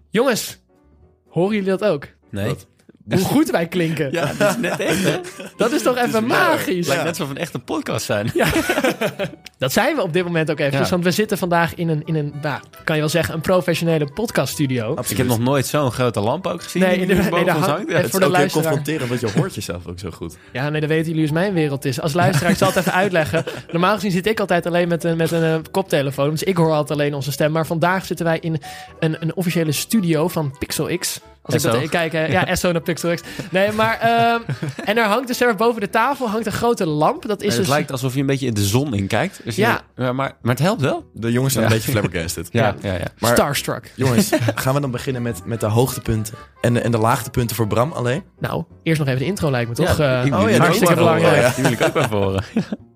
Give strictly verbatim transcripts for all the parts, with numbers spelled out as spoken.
Jongens, horen jullie dat ook? Nee. Wat? Hoe goed wij klinken. Ja, dat is net echt, hè? Dat is toch even magisch. Het lijkt net alsof we een echte podcast zijn. Ja. Dat zijn we op dit moment ook eventjes. Ja. Want we zitten vandaag in een, in een nou, kan je wel zeggen, een professionele podcaststudio. Absoluut. Ik heb nog nooit zo'n grote lamp ook gezien. Nee, die nu inderdaad, nee, boven daar ons hangt- hangt. Ja, het Het voor is de ook heel luisteraar. confronterend, want je hoort jezelf ook zo goed. Ja, nee, dat weten jullie hoe mijn wereld is. Als luisteraar, ik zal het even uitleggen. Normaal gezien zit ik altijd alleen met een, met een uh, koptelefoon. Dus ik hoor altijd alleen onze stem. Maar vandaag zitten wij in een, een officiële studio van Pixel X. Als ik Esso. dat kijk, uh, ja, Esso naar Pixel X. Nee, maar... Uh, en er hangt dus er boven de tafel hangt een grote lamp. Dat is het dus... lijkt alsof je een beetje in de zon in kijkt. Dus je- Ja. ja maar, maar het helpt wel. De jongens zijn Ja. een beetje flabbergasted. Ja, ja, ja. Maar Starstruck. jongens, gaan we dan beginnen met, met de hoogtepunten en de, en de laagtepunten voor Bram alleen? Nou, eerst nog even de intro lijkt me toch? Ja, Uh, die- die oh wil ja, ik hartstikke ook wel belangrijk. horen. Die wil ik ook wel even horen.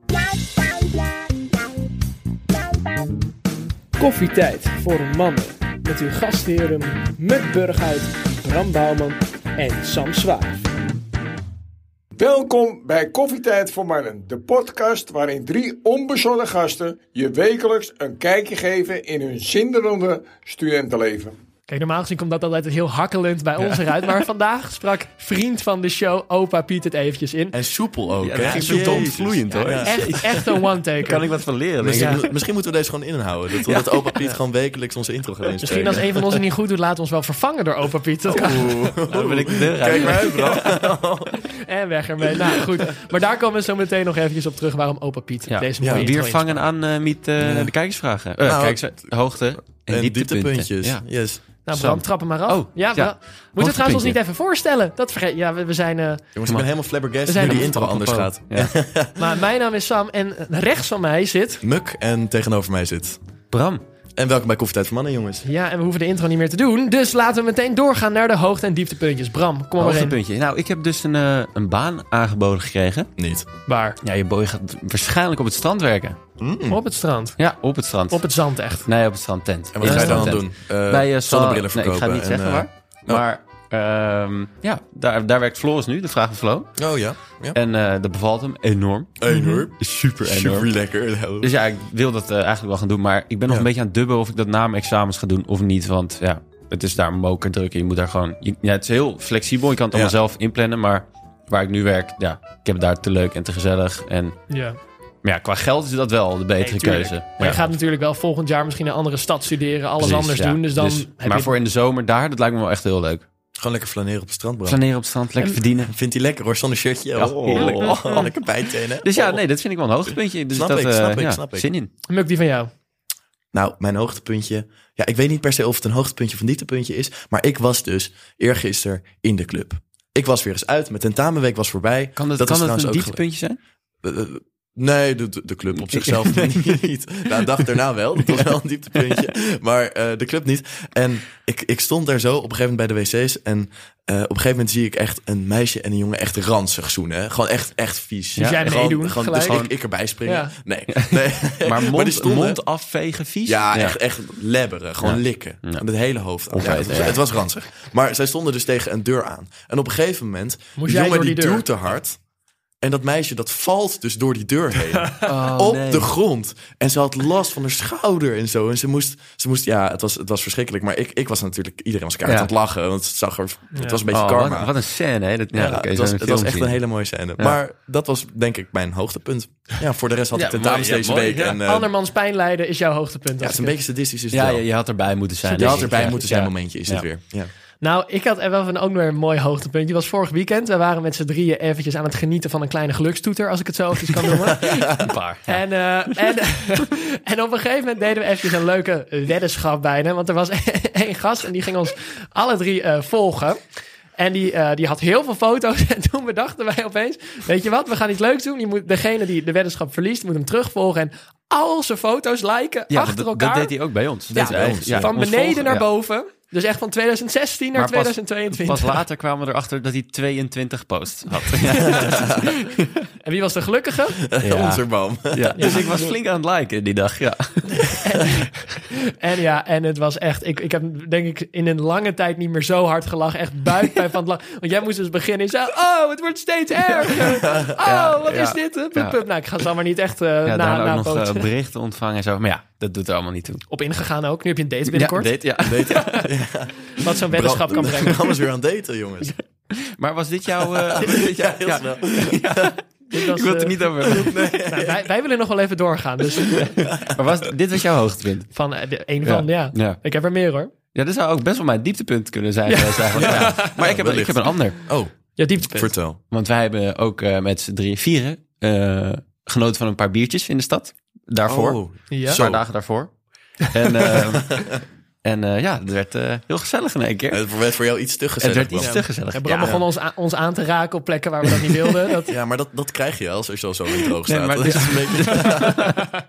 Koffietijd voor mannen. Met uw gastheren Muk Burghuis, Bram Bouwman en Sam Zwaar. Welkom bij Koffietijd voor Mannen, de podcast waarin drie onbezonnen gasten je wekelijks een kijkje geven in hun zinderende studentenleven. Kijk, normaal gezien komt dat altijd heel hakkelend bij ons eruit. Maar vandaag sprak vriend van de show, opa Piet, het eventjes in. En soepel ook, Ja, hè? dat ging Jezus. verdomd vloeiend, hoor. Ja. Echt, echt een one-taker. Kan ik wat van leren? denk ik. Misschien, Ja. misschien moeten we deze gewoon inhouden. Dat, dat opa Piet gewoon wekelijks onze intro gaat inspreken. Misschien als een van ons het niet goed doet, laten we ons wel vervangen door opa Piet. Dat kan. Dan wil ik de deur uit. Kijk maar uit, Bram. En weg ermee. Nou goed, maar daar komen we zo meteen nog eventjes op terug waarom opa Piet Ja. deze Ja. mooie Weer intro vangen aan uh, met uh, Ja. de kijkersvragen. Uh, Nou, kijkers, hoogte en, En dieptepunten. dieptepuntjes. Ja. Yes. Nou, Sam. Bram, trap hem maar af. Oh, ja, ja. we- Moeten we trouwens ons Hoogtepuntje. niet even voorstellen? Dat vergeet. Ja, we, we zijn... uh, Jongens, ik ben helemaal flabbergasted We zijn hoe die nog intro anders gaat. Ja. maar mijn naam is Sam en rechts van mij zit... Muk en tegenover mij zit. Bram. En welkom bij Koffietijd voor Mannen, jongens. Ja, en we hoeven de intro niet meer te doen. Dus laten we meteen doorgaan naar de hoogte- en dieptepuntjes. Bram, kom maar in. Hoogtepuntje. Nou, ik heb dus een, uh, een baan aangeboden gekregen. Niet. Waar? Ja, je boy gaat waarschijnlijk op het strand werken. Mm. Op het strand. Ja, op het strand. Op het zand echt. Nee, op het strand tent. En wat ga je dan Tent. doen? Uh, Bij uh, zonnebrillen nee, verkopen. ik ga het niet en, zeggen uh, waar. Maar ehm, ja, daar, daar werkt Floris nu, de Vraag van Flo. Oh ja. ja. En uh, dat bevalt hem enorm. Enorm. Super enorm. Super lekker. Dus ja, ik wil dat uh, eigenlijk wel gaan doen. Maar ik ben nog Ja. een beetje aan het dubben of ik dat na mijn examens ga doen of niet. Want ja, het is daar mokerdruk en je moet daar gewoon... Je, ja, het is heel flexibel, je kan het allemaal Ja. zelf inplannen. Maar waar ik nu werk, ja, ik heb het daar te leuk en te gezellig. En Ja. maar ja, qua geld is dat wel de betere Nee, tuurlijk. keuze. Maar ja. je gaat natuurlijk wel volgend jaar misschien in een andere stad studeren. Alles Precies, anders ja. doen. Dus dan Dus- heb maar je... voor in de zomer daar, dat lijkt me wel echt heel leuk. Gewoon lekker flaneren op het strand, bro. Flaneren op het strand, lekker En- verdienen. Vindt hij lekker hoor, zonder shirtje. Ja, Oh, heerlijk. oh, lekker bijtenen. Dus ja, nee, dat vind ik wel een hoogtepuntje. Dus Snap dat, ik, eh, snap ik, ja, snap ik. zin in. Muk, die van jou. Nou, mijn hoogtepuntje. Ja, ik weet niet per se of het een hoogtepuntje of een dieptepuntje is. Maar ik was dus eergisteren in de club. Ik was weer eens uit. Mijn tentamenweek was voorbij. Kan het, Dat kan is het een trouwens ook dieptepuntje zijn? Uh, uh, nee, de, de, de club op zichzelf niet. Nou, de dag daarna wel. Dat was wel een dieptepuntje. Maar uh, de club niet. En ik, ik stond daar zo op een gegeven moment bij de wc's. En uh, op een gegeven moment zie ik echt een meisje en een jongen echt ranzig zoenen. Hè? Gewoon echt, echt vies. Dus jij Gewoon- meedoen gewoon, gelijk? Dus ik, ik erbij springen. Ja. Nee, nee. Maar mond, die stonden- mond afvegen vies? Ja, echt, echt lebberen. Gewoon Ja. likken. Ja. Het hele hoofd aan. Ja, Onvet, het, was, ja. het was ranzig. Maar zij stonden dus tegen een deur aan. En op een gegeven moment, Moest die jij jongen door die die deur? duwt te hard. En dat meisje, dat valt dus door die deur heen. Oh, op nee. de grond. En ze had last van haar schouder en zo. En ze moest, ze moest ja, het was, het was verschrikkelijk. Maar ik, ik was natuurlijk, iedereen was kaart Ja. aan het lachen. Want het zag er, het was een beetje Oh, karma. wat, wat een scène, hè? Dat, ja, Ja, dat kun je het zo was, in het een was film echt zien. een hele mooie scène. Ja. Maar dat was denk ik mijn hoogtepunt. Ja, voor de rest had Ja, ik tentamens mooi, ja, deze mooi, week. ja. En, uh, Andermans pijn lijden is jouw hoogtepunt. ja, het is een beetje sadistisch is het Ja, wel. je, je had erbij moeten zijn. Je denk had ik. erbij Ja. moeten zijn Ja. momentje is Ja. het weer. Ja. Nou, ik had er wel van ook weer een mooi hoogtepuntje. Het was vorig weekend. We waren met z'n drieën eventjes aan het genieten van een kleine gelukstoeter, als ik het zo eventjes kan noemen. Een paar. Ja. En, uh, en, en op een gegeven moment deden we eventjes een leuke weddenschap bijna. Want er was één gast en die ging ons alle drie uh, volgen. En die, uh, die had heel veel foto's. En toen bedachten wij opeens, weet je wat, we gaan iets leuks doen. Je moet, degene die de weddenschap verliest, moet hem terugvolgen. En al zijn foto's liken Ja, achter dat, elkaar. dat deed hij ook bij ons. Dat Ja, deed hij bij echt- ons. ja, van ons beneden volgen, naar ja. boven. Dus echt van twintig zestien naar Maar pas- twintig tweeëntwintig. Pas later kwamen we erachter dat hij tweeëntwintig posts had. En wie was de gelukkige? Ja. Onze boom. Ja, dus ik was flink aan het liken die dag, ja. En ja, en het was echt... Ik, ik heb denk ik in een lange tijd niet meer zo hard gelachen. Echt buikpijn van het lachen. Want jij moest dus beginnen en zei... Oh, het wordt steeds erger. Oh, Ja, wat ja, is dit? Pup, ja. pup. Nou, ik ga ze allemaal niet echt uh, Ja, na, daarna ook nog napoten. uh, berichten ontvangen en zo. Maar ja, dat doet er allemaal niet toe. Op ingegaan ook. Nu heb je een date binnenkort. Ja, date, ja. Date, ja. Wat zo'n weddenschap kan brengen. Gaan we weer aan daten, jongens. Maar was dit jouw... Uh, dit Ja, jou- heel snel. Dit was, Ik wil het er eh, niet over hebben. nou, wij, wij willen nog wel even doorgaan. Dus Maar was, dit was jouw hoogtepunt? van eh, de een van, ja. Ja. Ik heb er meer hoor. Ja, dat zou ook best wel mijn dieptepunt kunnen zijn. geweest eigenlijk. Ja. Maar ik heb, ik wellicht. heb een ander. Oh, Ja, dieptepunt. vertel. Want wij hebben ook uh, met z'n drieën vieren uh, genoten van een paar biertjes in de stad. Daarvoor. Oh, Ja. Een Zo. paar dagen daarvoor. En, uh, en uh, ja, het werd uh, heel gezellig in één keer. Het werd voor jou iets te Het gezellig. werd iets Bram. te gezellig. En Bram Ja. begon ons, a- ons aan te raken op plekken waar we dat niet wilden. Dat, Ja, maar dat, dat krijg je als er zo, zo in droog Nee, staat. maar Dat dit- is een beetje...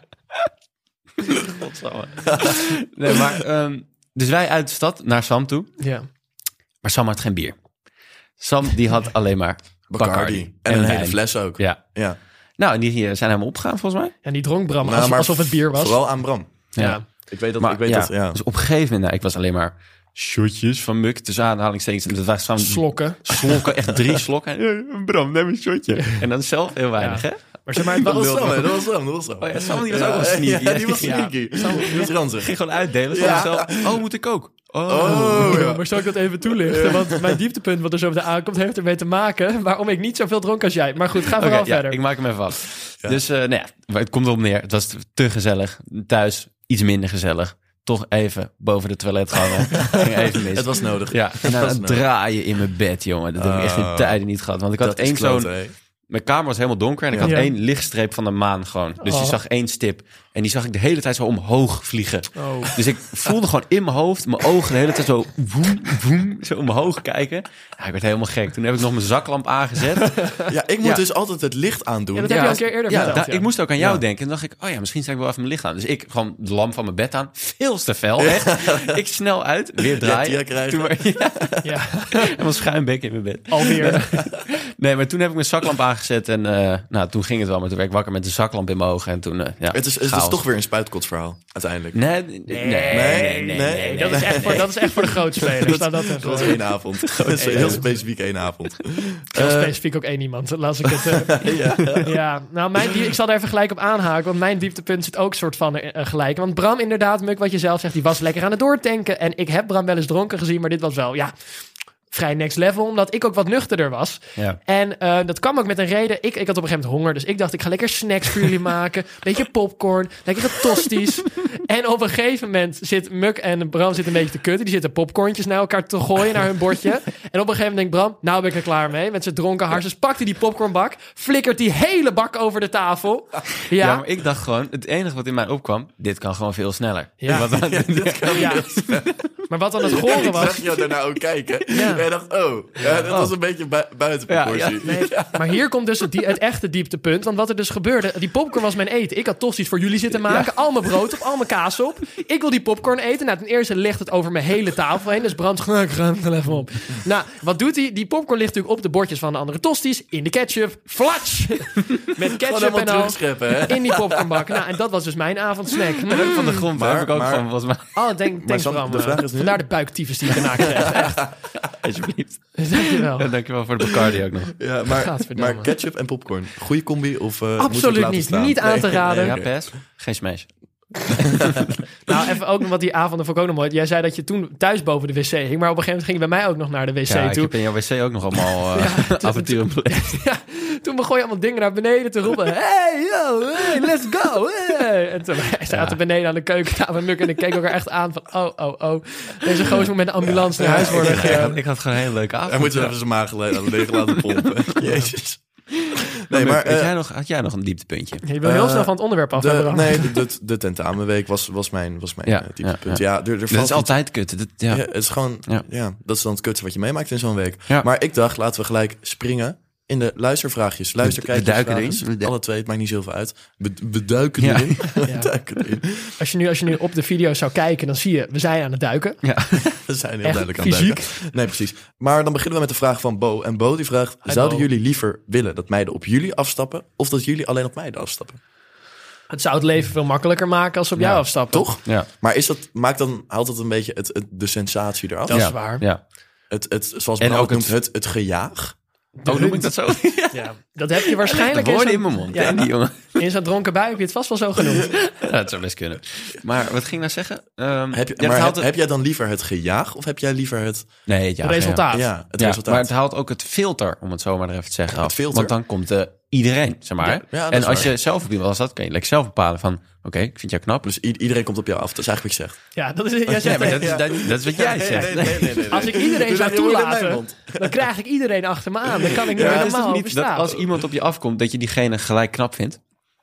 Godsamme. Nee, maar, um, dus wij uit de stad naar Sam toe. ja. Maar Sam had geen bier. Sam die had alleen maar Bacardi. Bacardi. En, een hele wijn. fles ook. Ja. Ja. Nou, en die hier zijn helemaal opgegaan volgens mij. En die dronk Bram Nou, alsof, maar alsof het bier was. Vooral aan Bram. Ja. Ik weet dat, Maar ik weet ja, dat, ja. Dus op een gegeven moment, nou, ik was alleen maar shotjes van Muk, tussen aanhalingstekens. Dat was Sam Slokken. slokken, echt drie slokken. En, Bram, neem een shotje. En dan zelf heel weinig, Ja. hè? Maar zeg maar, het Dat was was, Sam, hè? Dat was Sam, dat was Sam. Oh ja, Sam die was ook wel sneaky. Ja, die was Ja. sneaky. Die was ranzig. Ging gewoon uitdelen. Sam Ja. zelf, oh, moet ik ook? Oh. Oh, ja. maar zal ik dat even toelichten? Want mijn dieptepunt wat er zo meteen aankomt, heeft ermee te maken waarom ik niet zoveel dronk als jij. Maar goed, ga Oké, vooral ja, verder. ik maak hem even af. Ja. Dus uh, nou ja, het komt erop neer. Het was te gezellig. Thuis iets minder gezellig. Toch even boven de toilet gaan. Ging even mis. Het was nodig. Ja, en Het aan was het nodig. draaien in mijn bed, jongen. Dat heb ik echt in Oh. tijden niet gehad. Want ik had Dat is één zo'n... kloten, hè. Mijn kamer was helemaal donker en ik had Ja. één lichtstreep van de maan gewoon. Dus Oh. je zag één stip. En die zag ik de hele tijd zo omhoog vliegen. Oh. Dus ik voelde gewoon in mijn hoofd, mijn ogen de hele tijd zo woem, woem, zo omhoog kijken. Ja, ik werd helemaal gek. Toen heb ik nog mijn zaklamp aangezet. Ja, ik moet Ja. dus altijd het licht aandoen. Ja, dat heb je al een keer eerder ja, verteld. da- ja. ik moest ook aan jou Ja. denken. En dan dacht ik, oh ja, misschien zet ik wel even mijn licht aan. Dus ik gewoon de lamp van mijn bed aan. Veel te fel, echt. Ik snel uit, weer draaien. Ja, krijgen. Toen maar, ja, Ja, helemaal schuimbek in mijn bed. alweer. Nee, maar toen heb ik mijn zaklamp aangezet. En uh, nou, toen ging het wel. Maar toen werd ik wakker met de zaklamp in mijn ogen. En toen, uh, ja, Het is, het is chaos. toch weer een spuitkotsverhaal, uiteindelijk. Nee, nee, nee, nee, nee, nee. Dat is echt voor, dat is echt voor de grootspelers. Laat dat even. Dat was één avond. Dat is heel specifiek één avond. Heel Eh, specifiek ook één iemand. Laat ik het. eh, ja. ja, nou, mijn, die- ik zal daar even gelijk op aanhaken. Want mijn dieptepunt zit ook soort van eh, gelijk. Want Bram, inderdaad, Muk, wat je zelf zegt, die was lekker aan het doortanken. En ik heb Bram wel eens dronken gezien, maar dit was wel, ja, vrij next level. Omdat ik ook wat nuchterder was. Ja. En eh, dat kwam ook met een reden. Ik, ik had op een gegeven moment honger. Dus ik dacht, ik ga lekker snacks voor jullie maken. Beetje popcorn. Lekkere tosties. En op een gegeven moment zit Muk en Bram zitten een beetje te kutten. Die zitten popcorntjes naar elkaar te gooien, naar hun bordje. En op een gegeven moment denkt Bram, nou ben ik er klaar mee. Met zijn dronken harsjes pakt hij die popcornbak. Flikkert die hele bak over de tafel. Ja. Ja, maar ik dacht gewoon, het enige wat in mij opkwam, dit kan gewoon veel sneller. Ja. Wat dan, ja. Maar wat dan het gore Ik was... zag jou daarna ook kijken. Ja. En je dacht, oh, ja, dat was een beetje bui- buiten Ja, proportie. ja. Nee, maar hier komt dus het, die- het echte dieptepunt. Want wat er dus gebeurde, die popcorn was mijn eten. Ik had tosti's voor jullie zitten maken. Al mijn brood op, al mijn kaas op. Ik wil die popcorn eten. Nou, ten eerste ligt het over mijn hele tafel heen. Dus Bram zegt, ik ga hem even op. Nou, wat doet hij? Die popcorn ligt natuurlijk op de bordjes van de andere tosti's. In de ketchup. Flatsch! Met Gewoon ketchup helemaal en al. terugscheppen, hè? In die popcornbak. Nou, en dat was dus mijn avondsnack. En ook van de grond Maar- heb ik ook maar- van, volgens mij. Oh, denk, thanks Sam, Bram. de vraag is nu- Vandaar de buiktyfus die ik daarna kreeg. Echt. Alsjeblieft. Dankjewel. En dankjewel voor de Bacardi ook nog. Ja, maar, Gadverdamme. maar ketchup en popcorn. Goeie combi of uh, moet ik Absoluut laten niet. staan? Niet aan te raden. Ja, oké. pers. Geen smash. Nou, even ook nog wat die avonden vond ik ook nog mooi. Jij zei dat je toen thuis boven de wc hing, maar op een gegeven moment ging je bij mij ook nog naar de wc Ja, ik toe. heb in jouw wc ook nog allemaal uh, avonturen beleefd. Ja, toen begon je allemaal dingen naar beneden te roepen. Hey, yo, hey, let's go. Hey. En toen wij zaten Ja. beneden aan de keukentafel en Muk en ik keken elkaar echt aan van, oh, oh, oh. Deze gozer moet met een ambulance naar huis worden Ik gereden. had, ik had gewoon een hele leuke avond. Hij moet even zijn maag le- leeg laten pompen. Jezus. Nee, Nee, maar... had, eh, jij nog, had jij nog een dieptepuntje? Je wil heel Eh, snel van het onderwerp af. hè, de, Bram? nee, de, de, de tentamenweek was, was mijn, was mijn Ja, eh, dieptepunt. ja, Ja, er, er Dat valt is altijd kut. Dat, ja. Ja, het is gewoon, Ja. ja. dat is dan het kutste wat je meemaakt in zo'n week. Ja. Maar ik dacht, laten we gelijk springen in de luistervraagjes. Luisterkijkers, We duiken vragen, erin. We du- alle twee, het maakt niet zoveel uit. We, we duiken Ja. erin. We Ja. duiken erin. Als je, nu, als je nu op de video zou kijken, dan zie je, we zijn aan het duiken. Ja. We zijn heel Echt duidelijk aan het fysiek. duiken. Nee, precies. Maar dan beginnen we met de vraag van Bo. En Bo die vraagt, Hi, zouden Bo. jullie liever willen dat meiden op jullie afstappen? Of dat jullie alleen op meiden afstappen? Het zou het leven veel makkelijker maken als ze op jou Ja, afstappen. Toch? Ja. Maar is dat, maakt dan, haalt dat een beetje het, het, de sensatie eraf? Dat is Ja. waar. Ja. Het, het, zoals En Bram ook ook noemt, het- het, het gejaag? Oh, noem ik dat zo? Ja, dat heb je waarschijnlijk De in woorden in zo'n, mijn mond. ja, Ja, die jongen. in zo'n dronken bui heb je het vast wel zo genoemd. Ja, dat zou best kunnen. Maar wat ging ik nou zeggen? Um, Heb, je, ja, maar het haalt heb, het- heb jij dan liever het gejaag of heb jij liever het, Nee, het jagen, ja. Resultaat. ja, het Ja, resultaat? maar het haalt ook het filter, om het zo maar even te zeggen, af. filter? Want dan komt uh, iedereen, zeg maar. Ja, ja, dat en is als waar. je zelf op iemand was, dat kan je lekker zelf bepalen van... Oké, okay, ik vind jou knap. Dus i- iedereen komt op jou af. Dat is eigenlijk wat je zegt. Ja, dat is, jij Ja, zegt, maar dat is, dat, dat is wat jij zegt. nee, nee, nee. als ik iedereen Doe zou dat niet in mijn toelaten, mond. dan krijg ik iedereen achter me aan. Dan kan ik niet Ja, meer maar het is normaal toch niet dat overstaan. als iemand op je afkomt, dat je diegene gelijk knap vindt?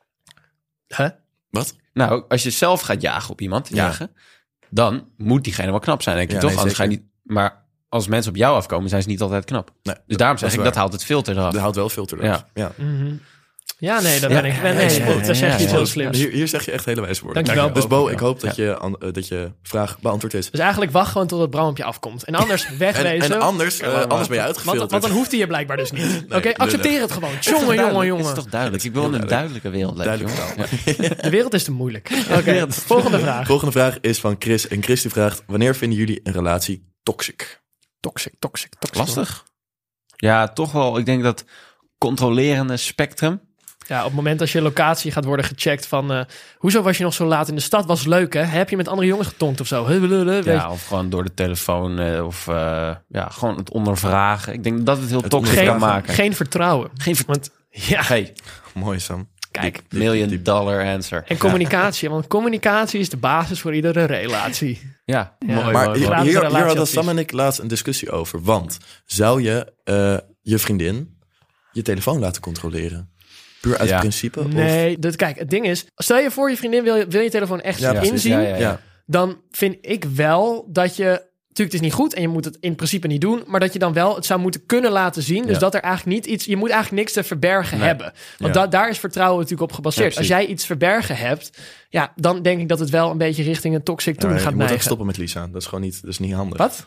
Huh? Wat? Nou, als je zelf gaat jagen op iemand, Ja. jagen, dan moet diegene wel knap zijn, denk ik, Ja, toch? nee, Anders ga je zeker. niet... Maar als mensen op jou afkomen, zijn ze niet altijd knap. Nee, Dus daarom zeg is ik, waar. dat haalt het filter eraf. Dat houdt wel filter eraf. Ja. Mhm. Ja, nee, dat Ja, ben ik. ja, Nee, nee, ja, ja, dat zeg ja, je iets ja. heel slims. Hier, hier zeg je echt hele wijze woorden. Dankjewel, Dus Bo. Bo, ik hoop dat, je, an- eh, dat je vraag beantwoord is. Dus eigenlijk wacht gewoon tot het Bram op je afkomt. En anders En, wegwezen. en anders, eh, anders ben je want, uitgefilterd. want dan hoeft hij je blijkbaar dus niet. Oké, nee, accepteer nee. het gewoon. Het is toch Jongen, jongen, duidelijk? jongen. Het is toch duidelijk? Ik wil in een duidelijke wereld leven, Duidelijke jongen. Ja. De wereld is te moeilijk. Oké, volgende vraag. Volgende vraag is van Chris. En Chris die vraagt, wanneer vinden jullie een relatie toxic? Toxic, toxic, toxic. Lastig. Ja, toch wel. Ik denk dat controlerende spectrum. Ja, op het moment als je locatie gaat worden gecheckt van... Uh, hoezo was je nog zo laat in de stad? Was leuk, hè? Heb je met andere jongens getonkt of zo? Weet Ja, of gewoon door de telefoon. Uh, of uh, ja, gewoon het ondervragen. Ik denk dat het heel Het toxic kan geen, maken. geen vertrouwen. Geen ver- Want ja, Hey, Mooi, Sam. kijk. million dollar answer. En communicatie. Want communicatie is de basis voor iedere relatie. Ja, Ja. mooi. Maar mooi, hier, mooi. Gratis hier, hier hadden relatieadvies. Sam en ik laatst een discussie over. Want zou je uh, je vriendin je telefoon laten controleren? Puur uit Ja. principe? Of? Nee, dat, kijk, het ding is... Stel je voor je vriendin wil je, wil je telefoon echt Ja, precies. inzien. Ja, ja, ja. Ja. Dan vind ik wel dat je... Natuurlijk, het is niet goed en je moet het in principe niet doen. Maar dat je dan wel het zou moeten kunnen laten zien. Dus Ja. dat er eigenlijk niet iets... Je moet eigenlijk niks te verbergen Nee. hebben. Want Ja. da- daar is vertrouwen natuurlijk op gebaseerd. Ja, Als precies. jij iets verbergen hebt... Ja, dan denk ik dat het wel een beetje richting een toxic Ja, toen je gaat moet ook neigen. stoppen met Lisa. Dat is gewoon niet, dat is niet handig. Wat?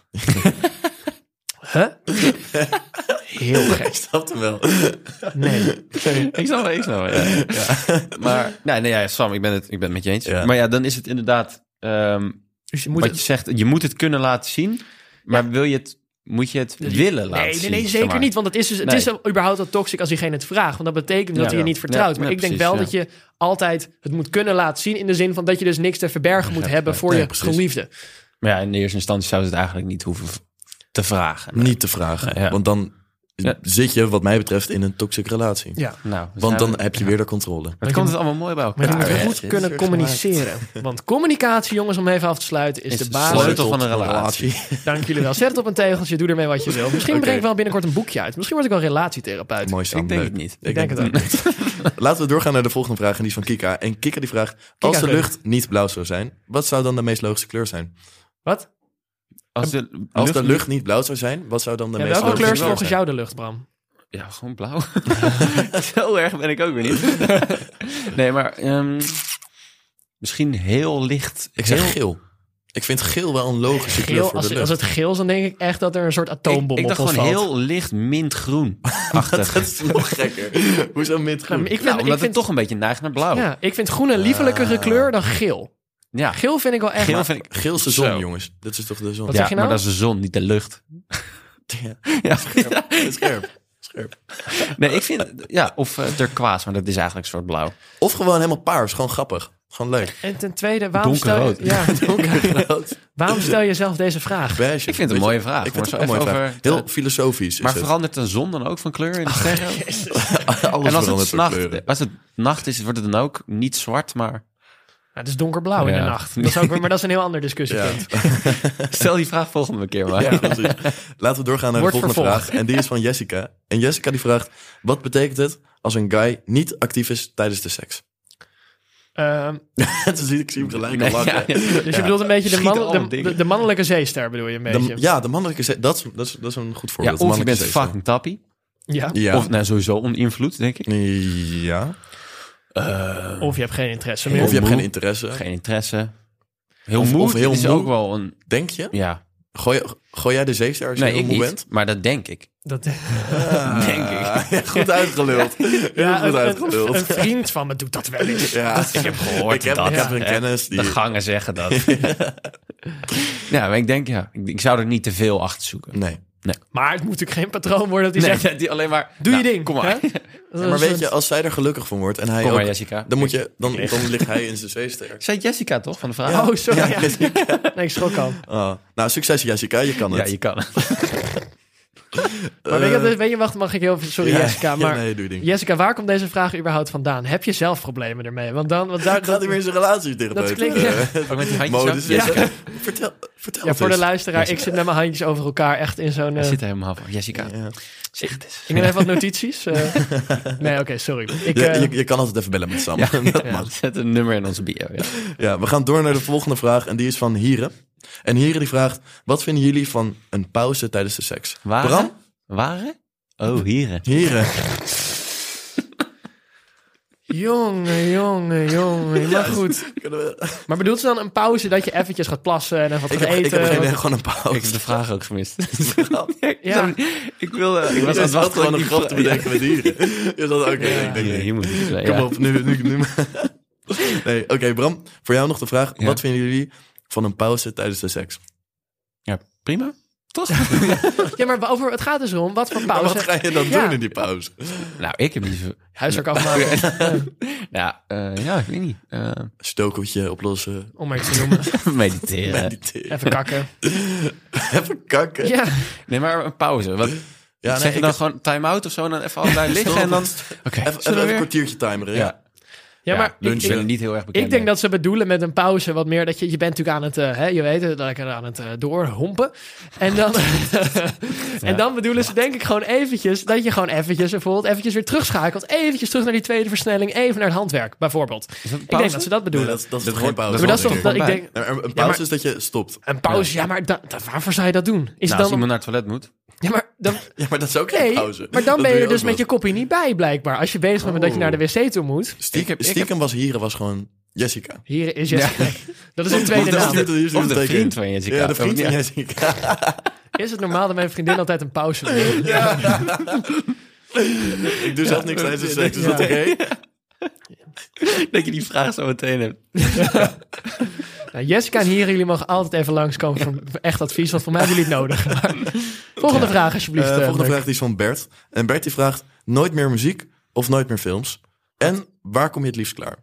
Huh? Heel gek. Ik snap hem wel. Nee. Ik snap het, ik snap het. Ja. Maar, nee, nee, ja, Sam, ik ben het, ik ben het met je eens. Ja. Maar ja, dan is het inderdaad, um, Dus je moet wat het... je zegt, je moet het kunnen laten zien. Maar wil je het, moet je het willen laten Nee, zien? nee, nee, zeg zeker maar. niet. Want het is, dus, het Nee. is überhaupt al toxic als diegene het vraagt. Want dat betekent dat Ja. hij je niet vertrouwt. Ja, maar ja, ik denk precies, wel ja. dat je altijd het moet kunnen laten zien. In de zin van dat je dus niks te verbergen moet hebben voor Nee, je precies. geliefde. Maar ja, in de eerste instantie zou je het eigenlijk niet hoeven v- te vragen. Nee. Niet te vragen. Ja. Want dan Ja. zit je, wat mij betreft, in een toxic relatie. Ja. Nou, we Want zijn- dan heb je weer de controle. Het komt het allemaal mooi bij elkaar. Maar je moet hè? goed kunnen weer communiceren. Want communiccatie, jongens, om even af te sluiten, is, Is de de basis. sleutel van een relatie. Dank jullie wel. Zet het op een tegeltje, doe ermee wat je wil. Misschien Oké. breng ik wel binnenkort een boekje uit. Misschien word ik wel relatietherapeut. Mooi, Sam. Ik denk Leuk. het niet. Ik denk denk het het niet. Laten we doorgaan naar de volgende vraag. En die is van Kika. En Kika die vraagt, als de leuk. lucht niet blauw zou zijn, wat zou dan de meest logische kleur zijn? Wat? Als de Als de lucht- lucht niet blauw zou zijn, wat zou dan de Ja, meest welke logische kleur is kleur volgens zijn? jou de lucht, Bram? Ja, gewoon blauw. Zo erg ben ik ook weer niet. Nee, maar um, misschien heel licht. Ik zeg heel, geel. Ik vind geel wel een logische kleur Geel, voor als, de als lucht. het geel is, dan denk ik echt dat er een soort ik, atoombom ik op dacht ons gewoon valt. heel licht mintgroen. Dat is nog gekker. Hoezo met Nou, groen? maar ik vind, Nou, ik omdat vind, het toch een beetje neigt naar blauw. Ja, ja, ik vind groen een liefelijkere Ah. kleur dan geel. Geel vind ik wel echt... geel vind ik... Geel is de zon, Zo. jongens. Dit is toch de zon? Wat Ja, zeg je nou? maar dat is de zon, niet de lucht. Ja. Ja. Scherp. Scherp. Nee, ik vind... Ja, of uh, turquoise, maar dat is eigenlijk een soort blauw. Of gewoon helemaal paars. Gewoon grappig. Gewoon leuk. En ten tweede, waarom stel, Donkerrood. je, ja, Donkerrood. waarom stel je zelf deze vraag? Beige. Ik vind het een Weet mooie je, vraag. Ik vind Maar het zo ook een mooie even vraag. over- Heel filosofisch Maar is het. verandert de zon dan ook van kleur in de sterren? Alles En als het, verandert van s'nacht, kleuren. als het nacht is, wordt het dan ook niet zwart, maar... Ja, het is donkerblauw in Ja. de nacht. Dat is ook, weer- maar dat is een heel ander discussiepunt. Stel die vraag volgende keer maar. Ja, precies. Laten we doorgaan naar Wordt de volgende vervolgd. vraag. En die is van Jessica. En Jessica die vraagt, wat betekent het als een guy niet actief is tijdens de seks? Ehm, Toen zie ik zie hem gelijk Nee, al lachen. ja, ja. dus je bedoelt een beetje de, Schieten man, allemaal de, dingen. de, de mannelijke zeester bedoel je een beetje? De, ja, de mannelijke ze- dat, is, dat, is, dat is een goed Ja, voorbeeld. de of je mannelijke bent zeester. fucking tappie. Ja. Ja. Of nou, sowieso oninvloed, denk ik. ja. Of je hebt geen interesse meer. Of je hebt moe. geen interesse. Geen interesse. Heel Of- moe of heel is moe. ook wel een... Denk je? Ja. Gooi, gooi jij de zeester als je Nee, heel ik moe niet. bent? Maar dat denk ik. Dat, Denk ik. Ja, goed uitgeluld. Heel ja, goed een, uitgeluld. een, een vriend van me doet dat wel eens. Ja. Ik heb gehoord Ik heb, dat. ik heb hè. een kennis die... De gangen zeggen dat. Ja, maar ik denk, ja, ik, ik zou er niet te veel achter zoeken. Nee. Maar het moet natuurlijk geen patroon worden dat hij Nee, zegt... die alleen maar... Doe nou, je ding. Kom maar. hè? Ja, Dat is maar een weet soort- je, als zij er gelukkig van wordt en hij Kom ook... maar, Jessica. Dan, moet je, dan, dan ligt hij in zijn zeester. Zei Jessica toch, van de vraag? Oh, sorry. Ja, Ja. Jessica. Nee, ik schrok al. Oh. Nou, succes Jessica, je kan het. Ja, je kan het. Maar weet, je, weet je, wacht, mag ik heel even... Sorry Ja, Jessica, maar... Ja, nee, doe je ding. Jessica, waar komt deze vraag überhaupt vandaan? Heb je zelf problemen ermee? Want dan... Want daar, Gaat hij weer in zijn relatietherapeut? Dat klinkt- ja. Ook met die handjes Modus. zo? Ja. Jessica. Vertel, vertel ja, het voor de eens. luisteraar, ik zit met mijn handjes over elkaar echt in zo'n... Hij eh, zit er helemaal van. Jessica, Ja. zeg het eens. ik neem even wat notities. eh. nee, oké, sorry. Ik, Ja, eh, je, je kan altijd even bellen met Sam. Ja, Dat ja, mag. zet een nummer in onze bio. Ja. Ja, we gaan door naar de volgende vraag en die is van Hieren. En Hieren die vraagt, wat vinden jullie van een pauze tijdens de seks? Waren? Bram? Waren? Oh, hieren. Hieren. Jongen, jongen, jongen. Maar goed. Kunnen we- Maar bedoelt ze dan een pauze dat je eventjes gaat plassen en even wat Ik gaat heb, eten? ik heb geen idee, Wat- gewoon een pauze. Ik heb de vraag ook gemist. Ja. Ik wilde... Ik was Je aan het zat wachten gewoon op een die grap te vraag. bedenken met Hieren. Je zat, oké, ik denk, Ja, nee. hier moet ik Kom ja. op, nu, nu, nu. Nee, oké, Bram, voor jou nog de vraag. Ja. Wat vinden jullie van een pauze tijdens de seks? Ja, prima. Toch? Ja, maar over, het gaat dus om wat voor Maar pauze. wat ga je dan Ja. doen in die pauze? Nou, ik heb niet zo... Huiswerk afmaken, Ja, eh, ja, ik weet niet. Eh, Stokeltje oplossen, om maar iets te noemen. mediteren. mediteren. Even kakken. Even kakken. Ja, Nee, maar een pauze. Wat, Ja, nee, zeg je ik- dan gewoon time-out of zo? En dan even allebei liggen en dan... Oké, Even, even, zullen we een weer? kwartiertje timeren. Ja. Ja. ja, maar lunch ik, ben ik, er niet heel erg bekend ik denk mee. dat ze bedoelen met een pauze wat meer dat je, je bent natuurlijk aan het, eh, hè, je weet het, lekker aan het eh, doorhompen. En dan, en dan bedoelen ze denk ik gewoon eventjes, dat je gewoon eventjes bijvoorbeeld eventjes weer terugschakelt. Eventjes terug naar die tweede versnelling, even naar het handwerk bijvoorbeeld. Is dat een Ik denk pauze? dat ze dat Nee, bedoelen. dat, dat is Dat toch geen hoort- pauze? maar dat is toch, denk dat, ik. ik bij. denk, Nee, maar Een pauze Ja, maar- is dat je stopt. een pauze, ja, maar da, da- waarvoor zou je dat doen? Is Nou, als het dan, iemand naar het toilet moet. ja, maar dan, Ja, maar dat is ook geen nee, pauze. maar dan Dat ben doe je dus ook met je wel. kopie niet bij blijkbaar. Als je bezig bent met dat je naar de wc toe moet. Stiekem, Ik heb- ik stiekem was Hieren was gewoon Jessica. Hier is Jessica. Nee, dat is een tweede Dat is naam. niet- dat is niet Of de betekent. vriend van Jessica. Ja, de vriend Of van niet? Jessica. Is het normaal dat mijn vriendin altijd een pauze wil? Ik doe zelf niks tijdens de seks, is dat Ja. oké? Dat je die vraag zo meteen hebt. Nou, Jessica en hier, jullie mogen altijd even langskomen voor voor echt advies, want voor mij hebben jullie het nodig. Maar, volgende vraag alsjeblieft. Eh, eh, volgende Luc. vraag die is van Bert. En Bert die vraagt, nooit meer muziek of nooit meer films? En waar kom je het liefst klaar?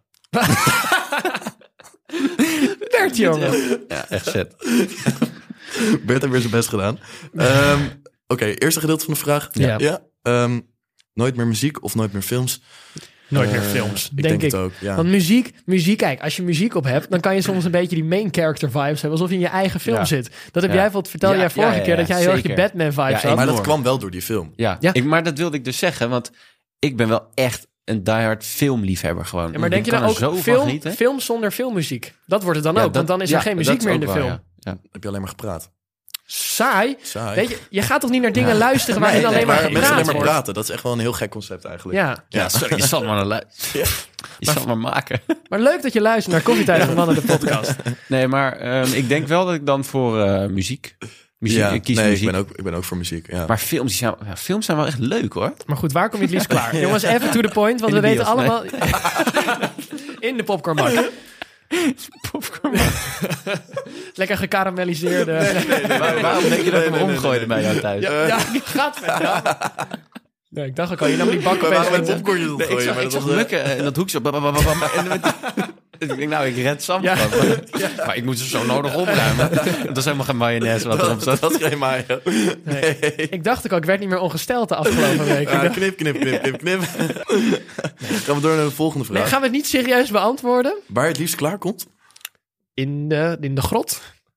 Bert, jongen. Ja, echt shit. Bert heeft weer zijn best gedaan. Ehm, Oké, eerste gedeelte van de vraag. Ja. ja ehm, nooit meer muziek of nooit meer films? Nooit meer Eh, films, Ik denk denk ik. het ook, ja. Want muziek, muziek, kijk, als je muziek op hebt, dan kan je soms een beetje die main character vibes hebben, alsof je in je eigen film Ja. zit. Dat heb Ja. jij bijvoorbeeld, vertelde Ja, jij vorige ja, ja, keer, dat jij heel erg je zeker. Batman vibes Ja, had. ik- Maar dat enorm. kwam wel door die film. Ja, Ja. Ik, maar dat wilde ik dus zeggen, want ik ben wel echt een diehard filmliefhebber gewoon. Ja, maar denk je Ik dan kan er ook zo van film, genieten. film zonder filmmuziek? Dat wordt het dan Ja, ook, dat- want dan is er ja, geen dat muziek is meer in ook de wel, film. ja. Ja. Heb je alleen maar gepraat? Saai. Saai. Weet je, je gaat toch niet naar dingen luisteren waarin Nee, nee, alleen maar maar mensen alleen gepraat maar wordt? praten, dat is echt wel een heel gek concept eigenlijk. Ja, Ja, sorry, je zal het maar naar luisteren. Je zal het maar maken. maar leuk dat je luistert naar Koffietijd van Mannen, de podcast. Nee, maar ehm, ik denk wel dat ik dan voor eh, muziek... muziek Ja, ik kies nee, muziek. Ik, ben ook, ik ben ook voor muziek, ja. Maar films, die zijn, ja, films zijn wel echt leuk, hoor. Maar goed, waar kom je het liefst klaar? Jongens, even to the point, want In we de weten bios, nee. allemaal... In de popcornbak. Popcorn. Lekker gekarameliseerde... Waar- waarom denk je dat ik hem nee, nee, omgooide bij jou thuis? Ja, Ja, gaat met ja. Nee, ik dacht ook al, je nam die bak we opeens waren met in. popcornjes aan het Nee, ik gooien, zag, maar ik dat zag was, eh, lukken eh, in dat hoekje. Bam, bam, bam, bam, en met- Dus ik denk, nou, ik red Sam Ja. gewoon. Maar ik moet ze zo nodig opruimen. Dat is helemaal geen mayonaise wat erop dat, zat. dat is geen mayo. Nee. Ik dacht ook al, ik werd niet meer ongesteld de afgelopen weken. Ja, knip, knip, knip, knip, knip. Gaan we door naar de volgende vraag. Nee, gaan we het niet serieus beantwoorden? Waar je het liefst klaar komt? In de, in de grot?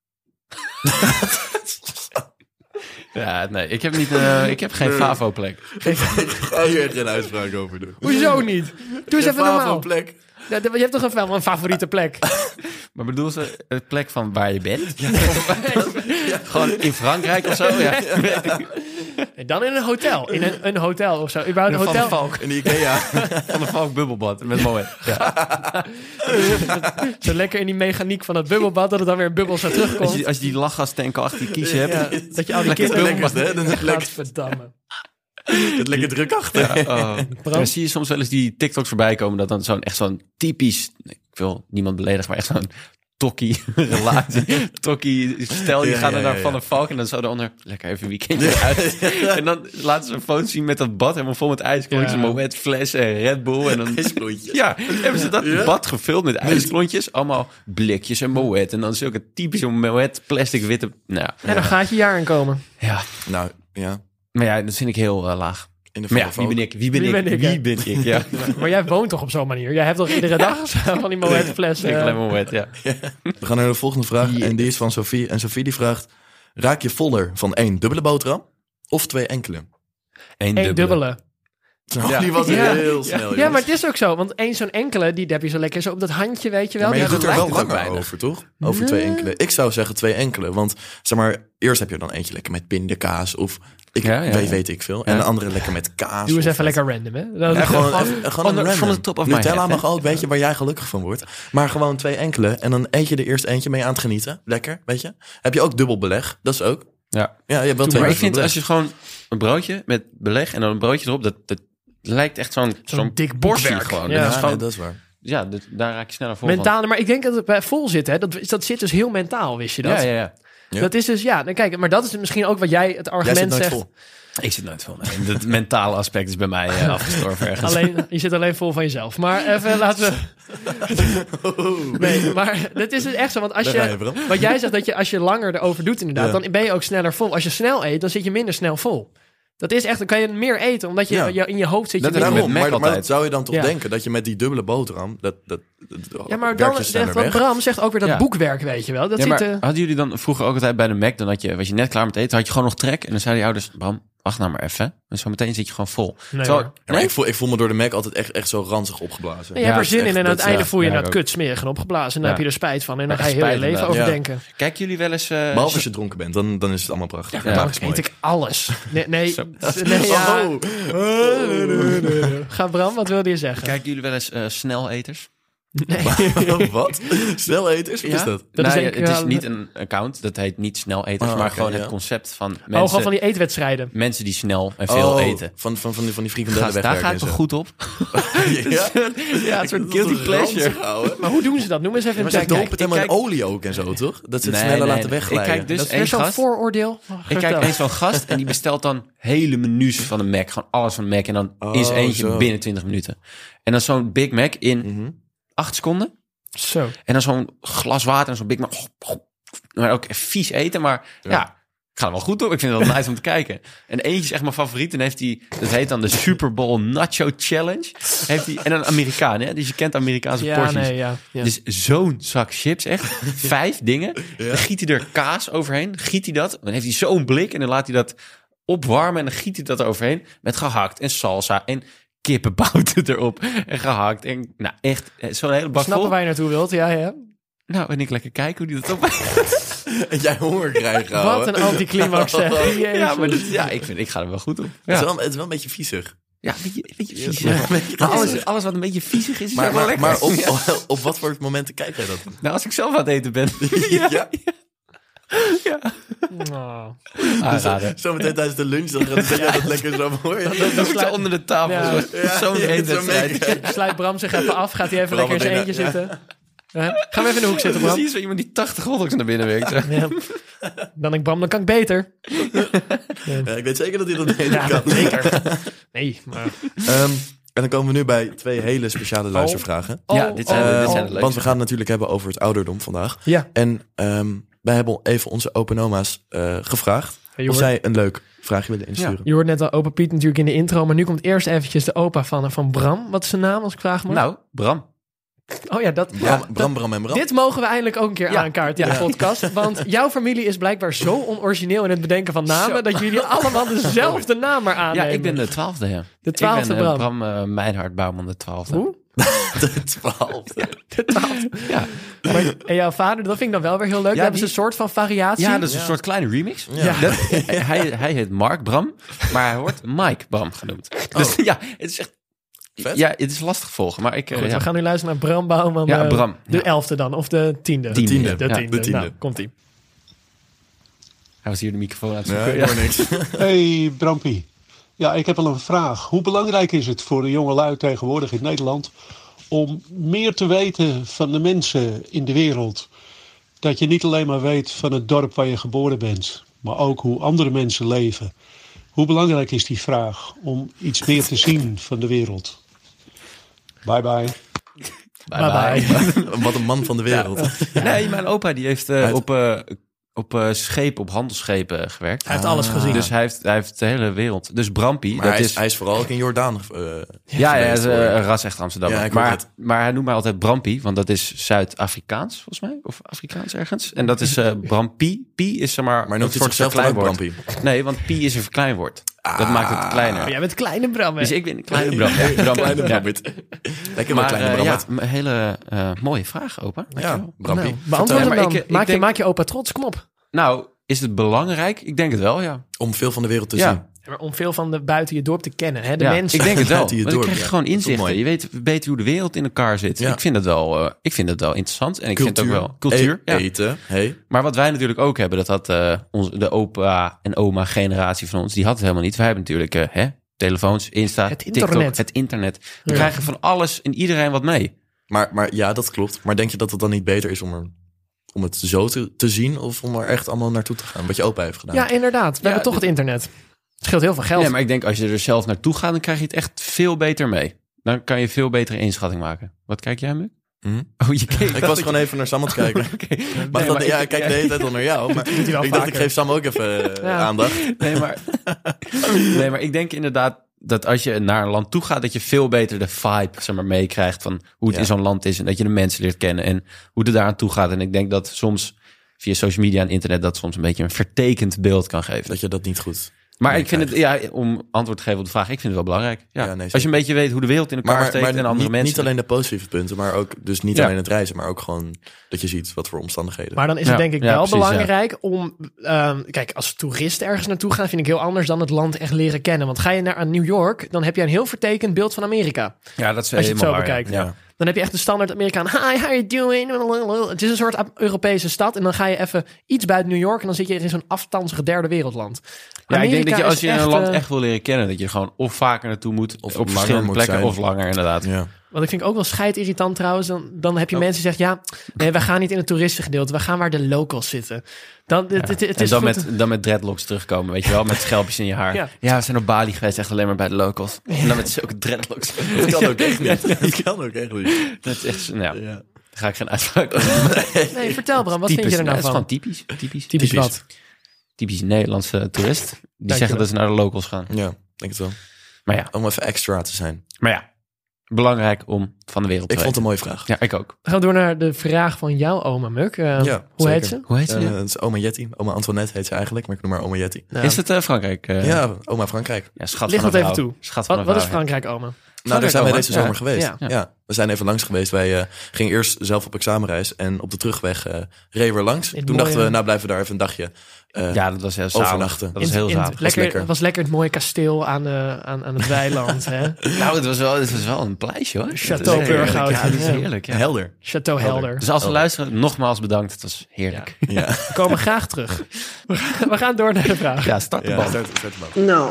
Ja, nee, ik heb, niet, eh, ik heb geen Favo-plek. Ik ga hier geen uitspraak over doen. Hoezo niet? Doe eens even normaal. plek. Ja, je hebt toch een, wel een favoriete plek? Maar bedoel ze het plek van waar je bent? Of- Gewoon in Frankrijk of zo? Ja. En dan in een hotel. In een, een hotel of zo. Überhaupt een Van de hotel. Valk. In de Ikea. Van de Valk bubbelbad met mooi. Ja. Zo lekker in die mechaniek van het bubbelbad, dat het dan weer een bubbel zo Als terugkomt. je, als je die lachgastank achter je kiezen hebt. Ja, dat je al die Lekker kinderen... lekkerste, hè? Dat is lekker, Gadverdamme. het lekker druk achter. Oh. Dan zie je soms wel eens die TikToks voorbij komen. Dat dan zo'n echt zo'n typisch... Ik wil niemand beledigen, maar echt zo'n tokkie relatie. Tokkie stel, die Ja, gaan ja, er naar ja, Van ja. der Valk en dan zo daaronder lekker even weekendje uit. En dan laten ze een foto zien met dat bad helemaal vol met ijsklontjes, Ja. Moet flessen en Red Bull. En dan Ijsklontjes. ja, hebben ze dat Ja? bad gevuld met ijsklontjes, allemaal blikjes en Moet. En dan zulke typische Moet plastic witte. Nou, En dan gaat je jaar inkomen. ja. Nou, ja. Maar ja, dat vind ik heel uh, laag. In de Maar ja, Van wie der ben ik? Wie ben Wie ik? ben ik, Wie hè? ben ik? Ja. Maar jij woont toch op zo'n manier? Jij hebt toch iedere dag van die Moet flessen? Ik alleen maar Moet, ja. Valk. We gaan naar de volgende vraag. En die is van Sophie. En Sophie die vraagt... Raak je voller van één dubbele boterham of twee enkele? Eén Eén dubbele. Oh, die was Ja. heel snel, Ja, jongens. maar het is ook zo. Want één zo'n enkele, die heb je zo lekker zo op dat handje, weet je wel. Maar je Die doet er lijkt wel het langer weinig. over, toch? Over twee enkele. Ik zou zeggen twee enkele. Want zeg maar, eerst heb je dan eentje lekker met pindakaas of ik Ja, ja, weet, ja. weet ik veel. En Ja. de andere lekker met kaas. Doe eens of even met- lekker random, hè? Dat Ja, is gewoon, gewoon- even, gewoon on een the- random. from the top of my Nutella head, hè? mag ook, weet je, waar jij gelukkig van wordt. Maar gewoon twee enkele. En dan eet je er eerst eentje mee aan het genieten. Lekker, weet je. Heb je ook dubbel beleg? Dat is ook. Ja. Ja, je hebt wel twee Maar ik keer vind dubbel als je gewoon een broodje met beleg en dan een broodje erop, dat, dat lijkt echt zo'n zo'n dik portie boekwerk. gewoon. Ja. Dat beleg. is Ja, gewoon, nee, dat is waar. ja, dat, daar raak je sneller vol van. Mentaal, maar ik denk dat het bij vol zit, hè? Dat, dat zit dus heel mentaal, wist je dat? Ja, ja, ja. Ja. Dat is dus, ja, dan kijk, maar dat is misschien ook wat jij het Jij zit argument nooit zegt. vol. Ik zit nooit vol. Nee. Het mentale aspect is bij mij uh, afgestorven ergens. Alleen, je zit alleen vol van jezelf. Maar even laten we... Nee, maar dat is dus echt zo. Want als Daar ga je, je, Bram. wat jij zegt, dat je als je langer erover doet inderdaad, Ja. dan ben je ook sneller vol. Als je snel eet, dan zit je minder snel vol. Dat is echt, dan kan je meer eten, omdat je, Ja. je in je hoofd zit je Dat is minder met Daarom, Mac maar, maar altijd. dat zou je dan toch Ja. denken dat je met die dubbele boterham dat dat, dat Ja, maar werkt dan je zegt sneller wat weg. Bram zegt ook weer dat Ja. boekwerk, weet je wel. Dat Ja, maar zit, eh, hadden jullie dan vroeger ook altijd bij de Mac, dan had je, was je net klaar met eten, had je gewoon nog trek en dan zeiden die ouders, Bram, wacht nou maar even. En zo meteen zit je gewoon vol. nee, Terwijl- hoor. Ja, maar ik, voel, ik voel me door de Mac altijd echt, echt zo ranzig opgeblazen. Nee, je hebt Ja, er zin echt, in en aan het dat- einde ja, voel je ja, dat ik kut smerig en opgeblazen. En dan Ja. heb je er spijt van. En dan Ja, ga je heel je spijt leven inderdaad. overdenken. Kijken jullie wel eens... uh, Behalve als je dronken bent, dan, dan is het allemaal prachtig. Ja, Ja, dan is mooi. eet ik alles. Nee, nee, Zo. nee ja. Oh. Ga Bram, wat wilde je zeggen? Kijken jullie wel eens uh, sneleters? Nee. Wat? Snelleters? Wat is dat? Dat nou, is ja, denk ik het is wel- niet een account, dat heet niet sneleters, Oh, maar oké, gewoon ja. het concept van Oh, mensen, gewoon van die eetwedstrijden. mensen die snel en veel Oh, eten. Van, van, van die, van die frikandellen Gast, daar wegwerken ga ik en toch zo. goed op? Ja? Ja, een soort Dat is guilty toch pleasure. ranzig, ouwe? Maar hoe doen ze dat? Noem eens even Maar een zij tekst. dopen het helemaal in kijk- olie ook en zo, toch? Dat ze het Nee, sneller nee, laten nee. wegglijden. Ik kijk dus Dat is één weer zo'n gast. vooroordeel. Oh, Ik kijk vertel. eens zo'n gast en die bestelt dan hele menus van de Mac. Gewoon alles van de Mac. En dan Oh, is eentje zo. binnen twintig minuten. En dan zo'n Big Mac in Mhm. acht seconden. Zo. En dan zo'n glas water en zo'n Big Mac. Maar ook vies eten. Maar ja, Ja. ik ga er wel goed op. Ik vind het wel nice om te kijken. En eentje is echt mijn favoriet. En heeft hij, dat heet dan de Super Bowl Nacho Challenge. Heeft hij, en een Amerikaan, hè? Dus je kent Amerikaanse Ja, porties. nee, ja. ja. Dus zo'n zak chips, echt. Vijf dingen. Ja. Dan giet hij er kaas overheen. Giet hij dat. Dan heeft hij zo'n blik. En dan laat hij dat opwarmen. En dan giet hij dat eroverheen. Met gehakt en salsa en kippenbouten erop. En gehakt. En nou, echt eh, zo'n hele bak Snappen vol. waar je naartoe wilt, ja, ja. Nou, en ik lekker kijken hoe die dat op. En jij honger krijgt, ouwe. Wat een anticlimax, zeg. Jezus. Ja, maar dus, ja, ik, vind, ik ga er wel goed op. Het, Ja, is wel, het is wel een beetje viezig. ja een beetje, een beetje vies. Ja, Ja. een beetje Maar viezig. alles, alles wat een beetje viezig is, is Maar, ook wel maar, lekker. maar op, op, op wat voor momenten kijk jij dat? Nou, als ik zelf aan het eten ben. Ja? Oh. Aanraden. Zometeen tijdens de lunch, dan gaat jij dat lekker zo mooi. Dan moet je onder de tafel. Ja. zo- Ja, Zo'n ja, eetwedstrijd. zo Sluit Bram zich even af. Gaat hij even Bram lekker in zijn binnen, eentje ja. zitten. Hè? Gaan we even in de hoek zitten, Bram. Precies zo iemand die tachtig hotdogs naar binnen werkt. Zo. Ja. Dan denk ik, Bram, dan kan ik beter. Ja, ik weet zeker dat hij dat niet Ja, kan. zeker. Nee, maar... Ehm, en dan komen we nu bij twee hele speciale luistervragen. Ja, dit zijn, Ehm, dit zijn de leukste. want we gaan het natuurlijk hebben over het ouderdom vandaag. Ja. En ehm, wij hebben even onze open oma's eh, gevraagd Je of hoort, zij een leuk vraagje willen insturen. je hoort net al opa Piet natuurlijk in de intro. Maar nu komt eerst eventjes de opa van, van Bram. Wat is zijn naam, als ik vraag mag? Nou, Bram. Oh ja, dat... Bram, ja, Bram, Bram en Bram. Dit mogen we eindelijk ook een keer Ja. aankaarten in de podcast. Want jouw familie is blijkbaar zo onorigineel in het bedenken van namen... Zo. dat jullie allemaal dezelfde naam maar Ja, aannemen. ik ben de twaalfde, ja. De twaalfde ik ben, eh, Bram. Bram uh, Meinhard Bouwman, de twaalfde. Hoe? De twaalfde. De twaalfde. Ja. Maar, en jouw vader, dat vind ik dan wel weer heel leuk. Ja, Daar hebben die- ze een soort van variatie. Ja, dat is een Ja. soort kleine remix. Ja. Dat, hij, hij heet Mark Bram, maar hij wordt Mike Bram genoemd. Dus ja, het is echt... Vet. Ja, het is lastig volgen, maar ik... eh, Goed, ja. we gaan nu luisteren naar Bram Bouwman. Ja, eh, Bram. De Ja. elfde dan, of de tiende. Tiende. tiende. De Ja, tiende. de tiende. Nou, komt-ie. Hij was hier de microfoon aan het Ja, zoeken. ik hoor niks. Hey Brampie. Ja, ik heb wel een vraag. Hoe belangrijk is het voor de jonge lui tegenwoordig in Nederland om meer te weten van de mensen in de wereld. Dat je niet alleen maar weet van het dorp waar je geboren bent, maar ook hoe andere mensen leven. Hoe belangrijk is die vraag om iets meer te zien van de wereld? Bye bye. Bye bye. Wat een man van de wereld. Ja. Nee, mijn opa die heeft uh, op, uh, op uh, schepen, op handelsschepen gewerkt. Hij heeft alles gezien. Dus hij heeft, hij heeft de hele wereld. Dus Brampie, Maar dat hij is, is... hij is vooral ook in Jordaan uh, Ja, ja, geweest, ja, hoor. een ras echt Amsterdam. Ja, ik hoor maar, het. maar hij noemt mij altijd Brampie, want dat is Zuid-Afrikaans, volgens mij. Of Afrikaans ergens. En dat is uh, Brampie. Pie is zeg maar, Maar noemt een hij soort zichzelf dan ook verkleinwoord. Brampie? Nee, want Pie is een verkleinwoord. Dat maakt het kleiner. Maar jij bent kleine Bram, hè? Dus ik ben een kleine Bram. Ja, Bram. Kleine Ja. Brammert. Lekker wel Maar kleine uh, ja, Brammert. een hele uh, mooie vraag, opa. Ja, Dankjewel. Brampie. Nou, beantwoord Vertel. hem Ja, dan. maar ik- ik maak, je, denk- maak je opa trots, kom op. Nou, is het belangrijk? Ik denk het wel, ja. Om veel van de wereld te Ja. zien. Maar om veel van de buiten je dorp te kennen, hè? De Ja, mensen. Ik denk het wel. Buiten je Want dan dorp, krijg je ja. gewoon Dat is toch inzichten. mooi. Je weet beter hoe de wereld in elkaar zit. Ja. Ik vind het wel, uh, ik vind het wel interessant. En ik vind het ook wel cultuur. E- Ja. Eten. Hey. Maar wat wij natuurlijk ook hebben, dat had uh, onze, de opa en oma generatie van ons, die had het helemaal niet. Wij hebben natuurlijk uh, hè, telefoons, Insta, Het TikTok, internet. het internet. We Ja. krijgen van alles en iedereen wat mee. Maar, maar ja, dat klopt. Maar denk je dat het dan niet beter is om, er, om het zo te, te zien? Of om er echt allemaal naartoe te gaan? Wat je opa heeft gedaan. Ja, inderdaad. We hebben toch dit- het internet. Het scheelt heel veel geld. Nee, maar ik denk als je er zelf naartoe gaat, dan krijg je het echt veel beter mee. Dan kan je veel betere inschatting maken. Wat kijk jij, Muk? Hm? Oh, je keek. Ik was gewoon even naar Sam aan het kijken. Oké. Maar Nee, dat, maar ja, ik- ik kijk de hele tijd al naar jou. Maar hij wel ik dacht, vaker. ik geef Sam ook even uh, Ja. aandacht. Nee, maar, nee, maar ik denk inderdaad dat als je naar een land toe gaat, dat je veel beter de vibe zeg maar, meekrijgt van hoe het Ja. in zo'n land is. En dat je de mensen leert kennen en hoe het daar aan toe gaat. En ik denk dat soms via social media en internet dat soms een beetje een vertekend beeld kan geven. Dat je dat niet goed... Maar Nee, ik vind het, ja, om antwoord te geven op de vraag, ik vind het wel belangrijk. Ja. Ja, nee, als je een beetje weet hoe de wereld in elkaar Maar, maar, steekt maar en andere niet, mensen. niet alleen de positieve punten, maar ook dus niet Ja. alleen het reizen, maar ook gewoon dat je ziet wat voor omstandigheden. Maar dan is Ja, het denk ik ja, wel precies, belangrijk om... ehm, kijk, als toerist ergens naartoe gaan, vind ik heel anders dan het land echt leren kennen. Want ga je naar aan New York, dan heb je een heel vertekend beeld van Amerika. Ja, dat is Als je het helemaal zo waar, bekijkt. Ja. Ja. Dan heb je echt de standaard Amerikaan. Hi, how you doing? Het is een soort Europese stad. En dan ga je even iets buiten New York en dan zit je in zo'n afstandsige derde wereldland. Ja, ik denk dat je Amerika als is je een echt, land eh, echt wil leren kennen, dat je gewoon of vaker naartoe moet, Of of op langer verschillende moet plekken, zijn. of langer inderdaad. Ja. Want ik vind ook wel scheidirritant trouwens. Dan, dan heb je Oh. mensen die zeggen, ja, nee, we gaan niet in het toeristengedeelte. We gaan waar de locals zitten. Dan, het, het, het en is dan goed. met, dan met dreadlocks terugkomen, weet je wel, met schelpjes in je haar. Ja. Ja, we zijn op Bali geweest, echt alleen maar bij de locals. En dan met zulke dreadlocks. Dat kan ook echt niet. Dat kan ook echt niet. Dat is echt, nou, Ja. daar ga ik geen uitspraak over. Nee, vertel Bram, wat Typisch, vind je er nou Het is van? gewoon typisch. Typisch, Typisch typisch. wat? typisch Nederlandse toerist. Die Dankjewel. zeggen dat ze naar de locals gaan. Ja, denk het wel. Maar ja, Om even extra te zijn. maar ja. Belangrijk om van de wereld te Ik vond het een weten. mooie vraag. Ja, ik ook. We gaan door naar de vraag van jouw oma Muk. Uh, Ja, hoe heet zeker. ze? Hoe heet ze? Eh, het is oma Jetty. Oma Antoinette heet ze eigenlijk, maar ik noem haar oma Jetty. Nou, is het uh, Frankrijk? Uh, Ja, oma Frankrijk. ja, schat Ligt van dat een even vrouw. toe. Schat van wat, een wat is vrouw, ja. Frankrijk, oma? Nou, daar zijn wij oma. deze zomer Ja. geweest. Ja. Ja. we zijn even langs geweest. Wij uh, gingen eerst zelf op examenreis en op de terugweg uh, reden we er langs. In het Toen dachten mooie- we, nou blijven we daar even een dagje. Uh, Ja, dat was heel zalig. Overnachten. Dat was In- heel in- zalig. lekker, lekker. Het was lekker het mooie kasteel aan, uh, aan, aan het weiland. Hè? Nou, het was wel, het was wel een pleisje hoor. Château Het is heerlijk. Burghout. Ja, het is Ja. heerlijk. Ja. Helder. Château Helder. Dus als we Oh. luisteren, nogmaals bedankt. Het was heerlijk. Ja, We komen graag terug. We gaan, we gaan door naar de vraag. Ja, start de ja bal. start, start de bal. Nou,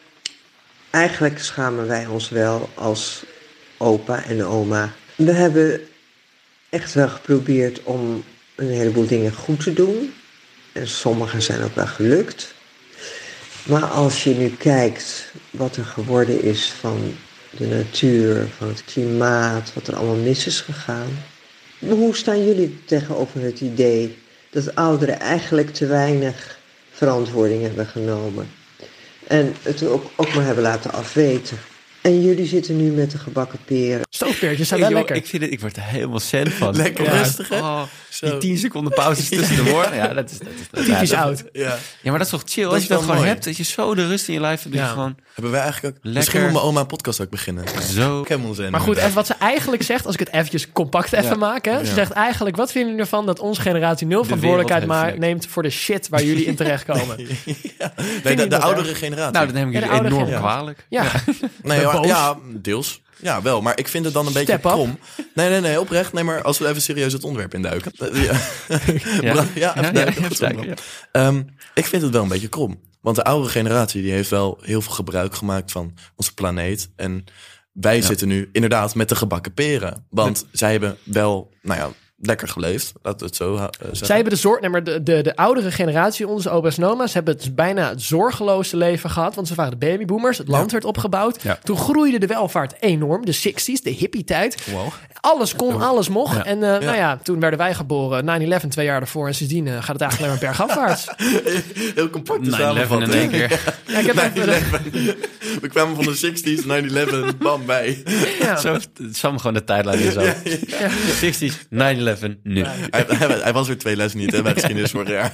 eigenlijk schamen wij ons wel als opa en oma. We hebben echt wel geprobeerd om een heleboel dingen goed te doen. En sommige zijn ook wel gelukt. Maar als je nu kijkt wat er geworden is van de natuur, van het klimaat, wat er allemaal mis is gegaan. Hoe staan jullie tegenover het idee dat ouderen eigenlijk te weinig verantwoording hebben genomen? En het ook, ook maar hebben laten afweten. En jullie zitten nu met de gebakken peren. Stoofpeertjes zijn Ik, wel joh, lekker. ik, vind het, ik word er helemaal cent van. Lekker Ja. rustig, hè? Oh, Zo. die tien seconden pauzes tussen de woorden. Ja, dat is, dat is, dat is- Typisch ja, dat- oud. Ja. Ja, maar dat is toch chill? Dat Als is je dat wel gewoon mooi. hebt, dat je zo de rust in je lijf hebt. Dat Ja. je gewoon Hebben wij eigenlijk ook... Lekker. Misschien moet mijn oma een podcast ook beginnen. zo... Ik heb hem zin. Maar goed, even wat ze eigenlijk zegt, als ik het eventjes compact even Ja. maak. Hè? Ze Ja. zegt eigenlijk, wat vinden jullie ervan dat onze generatie nul De verantwoordelijkheid wereld maar heeft neemt voor de shit waar jullie in terechtkomen? ja. je Nee, de, dat de erg? oudere generatie. Nou, dat neem ik Ja, de jullie oude enorm generatie. kwalijk. Ja, Nee, Ben maar, boos? ja, deels. Ja, wel. Maar ik vind het dan een beetje Step up. krom. Nee, nee, nee, oprecht. Nee, maar als we even serieus het onderwerp induiken. Ja, Ja, ja, ja, even ja, duiken. ja, Goed duiken, zo, ja. Ehm, ik vind het wel een beetje krom. Want de oudere generatie die heeft wel heel veel gebruik gemaakt van onze planeet. En wij Ja. zitten nu inderdaad met de gebakken peren. Want zij hebben wel, nou ja, lekker geleefd. Laten we het zo uh, zeggen. Zij hebben de zorg, nee, maar de, de, de oudere generatie, onze opa's en oma's, hebben het bijna het zorgeloze leven gehad. Want ze waren de babyboomers. Het land werd opgebouwd. Ja. Toen groeide de welvaart enorm. De zestig's, de hippie-tijd. Wow. Alles kon, alles mocht. Ja. En uh, nou ja, toen werden wij geboren. nine eleven, twee jaar ervoor. En sindsdien uh, gaat het eigenlijk alleen maar bergafwaarts. Heel compact te nine eleven in één keer. Ja, ik heb even, nine eleven. We kwamen van de zestig's, nine eleven, bam, bij. ja. Zo, Sam gewoon de tijdlijn in zo. zestig's, nine eleven, nu. Hij, hij, hij was er twee lessen niet, hè, bij geschiedenis vorig jaar.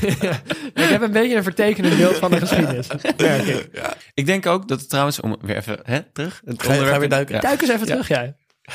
Ik heb een beetje een vertekende beeld van de geschiedenis. merk ik. Ik denk ook dat het trouwens, om weer even hè, terug. Het Ga je- ga je weer duiken? Ja. Duik eens even terug, jij.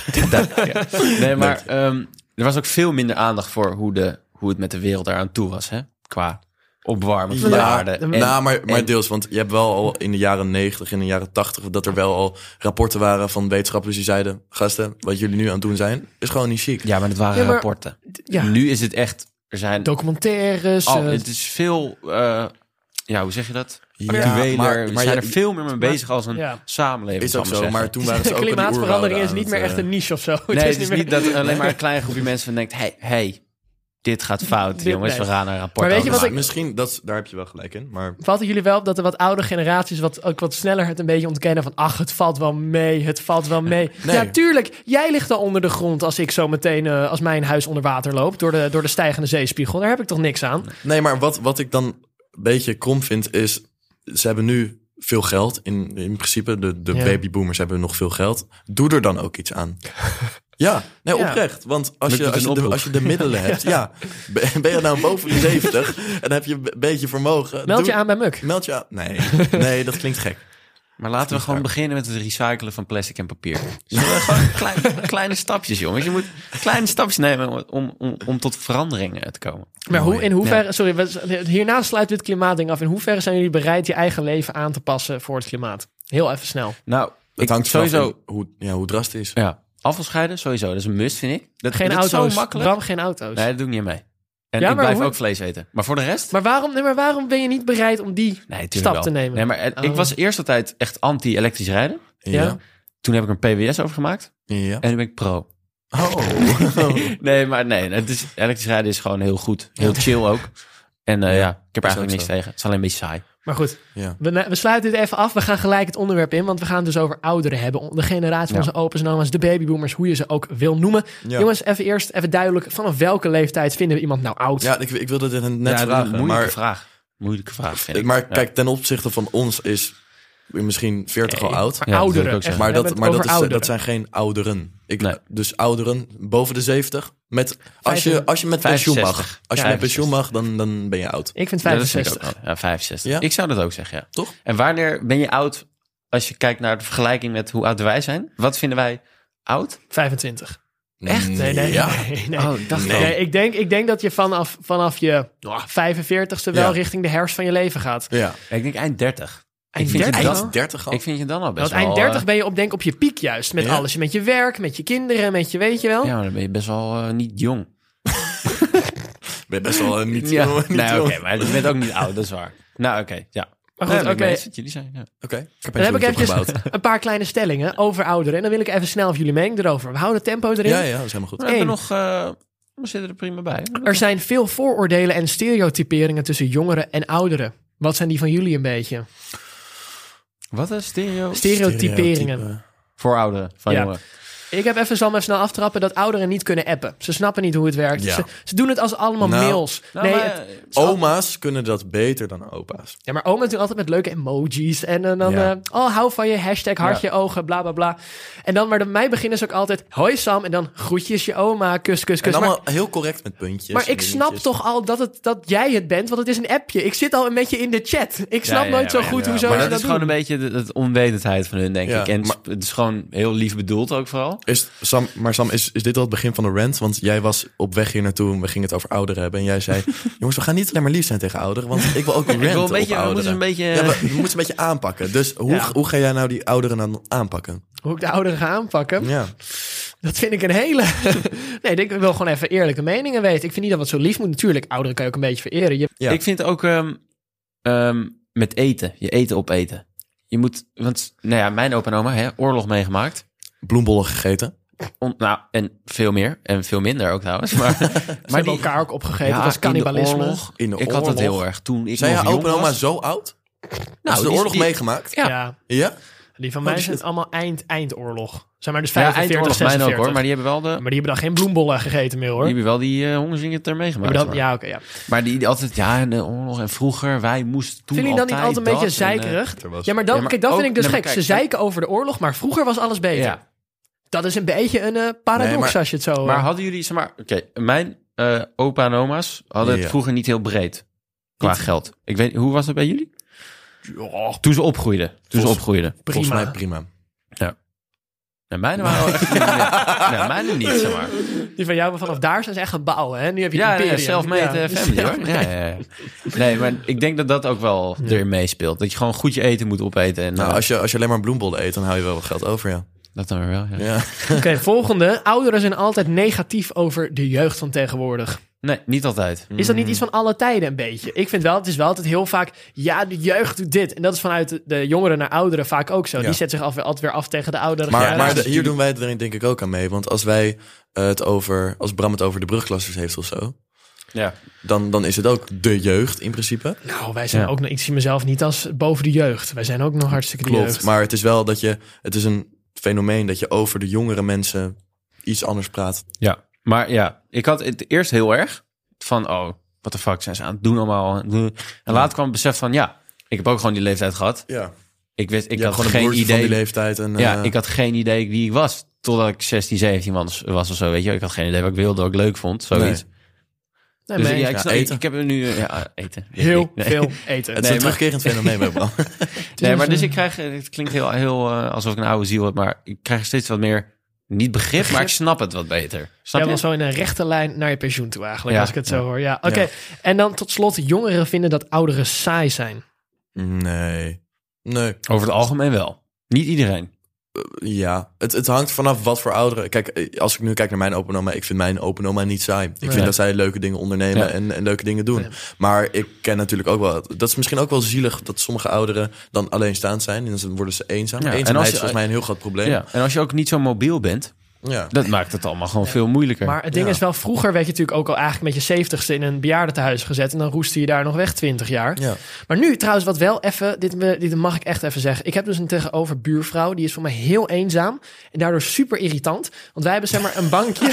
Ja. Nee, maar um, er was ook veel minder aandacht voor hoe, de, hoe het met de wereld eraan toe was. Hè? Qua opwarmen van de Ja, aarde. En, nou, maar, maar en- deels, want je hebt wel al in de jaren negentig, in de jaren tachtig, dat er wel al rapporten waren van wetenschappers die zeiden, gasten, wat jullie nu aan het doen zijn, is gewoon niet chic. ja, maar het waren Ja, maar- rapporten. Ja. Nu is het echt, er zijn... Documentaires. Oh, eh, het is veel, uh, ja, hoe zeg je dat? Ja, Actueler. maar- We maar zijn je- er veel meer mee bezig als een ja. samenleving. Is ook zal ik zo, zeggen. maar toen waren ze ook al die Klimaatverandering oerwouden is niet aan meer het, echt een niche of zo. Nee, het is meer- niet dat alleen maar een klein groepje mensen van denkt, hey, hey, dit gaat fout, Dit- jongens, nee. we gaan een rapport Maar weet je over wat Maar ik- misschien, dat, daar heb je wel gelijk in, maar... Valt het jullie wel op dat de wat oudere generaties wat, ook wat sneller het een beetje ontkennen van ach, het valt wel mee, het valt wel mee. Nee. Ja, tuurlijk, jij ligt al onder de grond als ik zo meteen, uh, als mijn huis onder water loopt door de, door de stijgende zeespiegel. Daar heb ik toch niks aan. Nee, maar wat, wat ik dan een beetje krom vind is, ze hebben nu veel geld. In, in principe, de, de Ja. babyboomers hebben nog veel geld. Doe er dan ook iets aan. Ja, nee, Ja. oprecht. Want als Met- je, met als, een je de, oproep. als je de middelen hebt, ja. Ben ben je nou boven de zeventig en dan heb je een beetje vermogen. Meld je doe- aan bij Muk. Meld je aan. Nee, nee, dat klinkt gek. Maar laten we gewoon beginnen met het recyclen van plastic en papier. Zullen we gewoon klein, kleine stapjes, jongens. Je moet kleine stapjes nemen om, om, om tot veranderingen te komen. Maar hoe, Mooi. in hoeverre, sorry, we- hierna sluit dit klimaatding af. In hoeverre zijn jullie bereid je eigen leven aan te passen voor het klimaat? Heel even snel. Nou, Het ik, hangt vanaf sowieso... in hoe, ja, hoe drastisch is. Ja, afvalscheiden, sowieso. Dat is een must, vind ik. Dat, Geen dat is auto's. zo makkelijk. Bram, geen auto's. Nee, dat doe ik niet mee. En Ja, ik maar blijf hoe- ook vlees eten. Maar voor de rest... Maar waarom, nee, maar waarom ben je niet bereid om die Nee, tuurlijk stap wel. te nemen? Nee, maar het- ik Oh. was eerst altijd echt anti-elektrisch rijden. Ja. Toen heb ik er een P W S over gemaakt. Ja. En nu ben ik pro. Oh. Nee, maar nee. Het is, elektrisch rijden is gewoon heel goed. Heel chill ook. En uh, ja, ik heb er is eigenlijk ook niks zo. tegen. Het is alleen een beetje saai. Maar goed, Ja. we, we sluiten dit even af. We gaan gelijk het onderwerp in, want we gaan het dus over ouderen hebben. De generatie van Ja. onze opa's en oma's, de babyboomers, hoe je ze ook wil noemen. Ja. Jongens, even eerst even duidelijk, vanaf welke leeftijd vinden we iemand nou oud? Ja, ik, ik wilde dit net ja, vragen. Een moeilijke maar vraag. Moeilijke vraag, vind ik. maar Ja. kijk, ten opzichte van ons is misschien veertig al Nee, oud. maar Ja, dat wil ouderen. ik ook zeggen. echt. Maar, We dat, hebben maar het dat, is, over dat ouderen. zijn geen ouderen. Ik, Nee. Dus ouderen boven de zeventig. Met, als, je, als je met pensioen mag. vijfenzestig. Als je Ja, met pensioen mag, dan, dan ben je oud. Ik vind Ja, dat vind ik vijfenzestig. ook wel. Ja, vijfenzestig. Ja? Ik zou dat ook zeggen, ja. Toch? En wanneer ben je oud als je kijkt naar de vergelijking met hoe oud wij zijn? Wat vinden wij oud? vijfentwintig. Echt? Nee, nee, Ja. nee. nee. Oh, ik dacht Nee. al. Nee, ik, denk, ik denk dat je vanaf, vanaf je oh, vijfenveertigste wel Ja. richting de herfst van je leven gaat. Ja. Ja, ik denk eind dertig. Eind ik vind je dertig? dan, Eind dertig al? ik vind je dan al best Want eind wel... dertig eh, ben je op, denk op je piek juist. Met Ja. alles. Met je werk, met je kinderen, met je weet je wel. Ja, maar dan ben je best wel eh, niet jong. Ben je best wel eh, niet, Ja, niet nee, jong. oké, maar je bent ook niet oud, dat is waar. Nou, oké, ja. Maar goed, Nee, oké. ik weet wat jullie zijn, ja. Oké, ik heb Dan heb ik een eventjes gebouwd. een paar kleine stellingen over ouderen. En dan wil ik even snel of jullie mening erover. We houden tempo erin. Ja, ja, dat is helemaal goed. We hebben Eén. nog... eh, we zitten er prima bij. Er zijn veel vooroordelen en stereotyperingen tussen jongeren en ouderen. Wat zijn die van jullie een beetje? Wat een stereo... Stereotyperingen. Stereotype. Voor ouderen van Ja. jongeren. Ik heb even, zal maar snel aftrappen, dat ouderen niet kunnen appen. Ze snappen niet hoe het werkt. Ja. Ze, ze doen het als allemaal Nou, mails. Nou, nee, maar, het- eh, Oma's kunnen dat beter dan opa's. ja, maar oma doet altijd met leuke emojis. En, en dan, Ja. eh, oh, hou van je, hashtag hartje, ogen, bla, bla, bla. En dan, maar bij mij beginnen ze ook altijd, hoi Sam. En dan groetjes je oma, kus, kus, En kus. Maar, allemaal heel correct met puntjes. maar en ik snap dingetjes. toch al dat, het, dat jij het bent, want het is een appje. Ik zit al een beetje in de chat. Ik snap ja, nooit ja, zo maar goed ja, hoe zo Maar ze dat dat is gewoon doen. een beetje de, de onwetendheid van hun, denk Ja, ik. En maar- het is gewoon heel lief bedoeld ook vooral. Is, Sam, maar Sam, is, is dit al het begin van de rant? Want jij was op weg hier naartoe en we gingen het over ouderen hebben. En jij zei, jongens, we gaan niet alleen maar lief zijn tegen ouderen. Want ik wil ook een Ik rant wil een beetje, op we ouderen. moeten een beetje... Ja, we, we moeten een beetje aanpakken. Dus hoe, Ja. hoe ga jij nou die ouderen dan aanpakken? Hoe ik de ouderen ga aanpakken. Ja. Dat vind ik een hele... nee, ik wil gewoon even eerlijke meningen weten. Ik vind niet dat wat zo lief moet. Natuurlijk, ouderen kan je ook een beetje vereren. Je... Ja. Ik vind ook ehm, ehm, met eten, je eten opeten. je moet... Want, nou ja, mijn opa en oma, hè, oorlog meegemaakt. Bloembollen gegeten. On, nou, en veel meer. En veel minder ook trouwens. Maar, Maar maar die elkaar ook opgegeten. dat was in de cannibalisme. oorlog, In de ik had het oorlog. heel erg toen ik Zijn nog je jong opa en oma was. zo oud? Nou, de die- oorlog die- meegemaakt? Ja. Ja. Ja? Die van mij Oh, zijn shit. allemaal eind, eindoorlog. Zeg maar dus Ja, vijfenveertig, eindoorlog, mijn ook zesenveertig. hoor. Maar die hebben wel de... Maar die hebben dan geen bloembollen gegeten meer, hoor. Die hebben wel die uh, hongerziekte meegemaakt. Hebben dan, maar. ja, oké, ja. Maar die, die altijd, ja, in de oorlog en vroeger, wij moesten toen Vind je dan niet altijd altijd een beetje dat en, uh, zeikerig? er was- Ja, maar dan, Ja, maar kijk, dat ook- vind ik dus nee, maar gek. kijk, Ze zeiken over de oorlog, maar vroeger was alles beter. Ja. Dat is een beetje een eh, paradox Nee, maar- als je het zo... Maar eh, hadden jullie, zeg maar, oké, mijn uh, opa en oma's hadden het Ja. vroeger niet heel breed qua geld. Ik weet, hoe was het bij jullie? Toen ze opgroeiden. Toen ze Volgens- opgroeiden. Volgens prima. mij prima. Nee, mijne waren wel echt... nee, mijne niet, zeg maar. Die van jou, vanaf daar zijn ze echt gaan bouwen, hè? Nu heb je Ja, het nee, imperium. self-made Ja. uh, family, Ja. hoor. Ja, ja, ja. Nee, maar ik denk dat dat ook wel erin meespeelt. Dat je gewoon goed je eten moet opeten. En, Nou, uh, als je, als je alleen maar bloembollen eet, dan hou je wel wat geld over, ja. Dat dan weer wel, ja. Ja. Oké, volgende. Ouderen zijn altijd negatief over de jeugd van tegenwoordig. Nee, niet altijd. Is dat niet iets van alle tijden een beetje? Ik vind wel, het is wel altijd heel vaak... Ja, de jeugd doet dit. En dat is vanuit de, de jongeren naar ouderen vaak ook zo. Ja. Die zetten zich af, altijd weer af tegen de ouderen. Maar, Ja, maar dat de- is- hier doen wij het er denk ik ook aan mee. Want als wij uh, het over... Als Bram het over de brugklassers heeft of zo... Ja. Dan, dan is het ook de jeugd in principe. Nou, wij zijn Ja. ook nog... Ik zie mezelf niet als boven de jeugd. Wij zijn ook nog hartstikke de Klopt. jeugd. Maar het is wel dat je... Het is een fenomeen dat je over de jongere mensen iets anders praat. Ja, maar ja, ik had het eerst heel erg van, oh, wat de fuck zijn ze aan het doen allemaal? En later kwam het besef van, ja, ik heb ook gewoon die leeftijd gehad. Ja. Ik wist, ik Ja, had gewoon een geen broertje van idee. die leeftijd. En, Ja, uh, ik had geen idee wie ik was. Totdat ik zestien, zeventien was, was of zo, weet je. Ik had geen idee wat ik wilde, wat ik leuk vond, zoiets. Nee, Dus mee. ja, ik, Ja, snap- ik, eten. ik heb er nu, uh, ja, eten. Heel Nee. veel eten. het is Nee, een terugkerend fenomeen bij Bram. Nee, maar dus ik krijg, het klinkt heel, heel uh, alsof ik een oude ziel heb, maar ik krijg steeds wat meer, niet begrip, Begrip. maar ik snap het wat beter. Snap Jij je? was zo in een rechte lijn naar je pensioen toe eigenlijk, Ja, als ik het zo ja. hoor. Ja, oké. Ja. En dan tot slot, jongeren vinden dat ouderen saai zijn. Nee. Nee. Over het algemeen wel. Niet iedereen. Ja, het, het hangt vanaf wat voor ouderen. Kijk, eh, als ik nu kijk naar mijn opa en oma, ik vind mijn opa en oma niet saai. Ik Nee. vind dat zij leuke dingen ondernemen Ja. en, en leuke dingen doen. Ja. Maar ik ken natuurlijk ook wel... Dat is misschien ook wel zielig dat sommige ouderen dan alleenstaand zijn. En dan worden ze eenzaam. Ja, en Eenzaamheid als is je- volgens mij een heel groot probleem. Ja. En als je ook niet zo mobiel bent, Ja. dat maakt het allemaal gewoon veel moeilijker. Maar het ding Ja. is wel, vroeger werd je natuurlijk ook al eigenlijk met je zeventigste in een bejaardentehuis gezet. En dan roestte je daar nog weg twintig jaar. Ja. Maar nu trouwens, wat wel even, dit, dit mag ik echt even zeggen. Ik heb dus een tegenover buurvrouw, die is voor mij heel eenzaam. En daardoor super irritant. Want wij hebben zeg maar een bankje.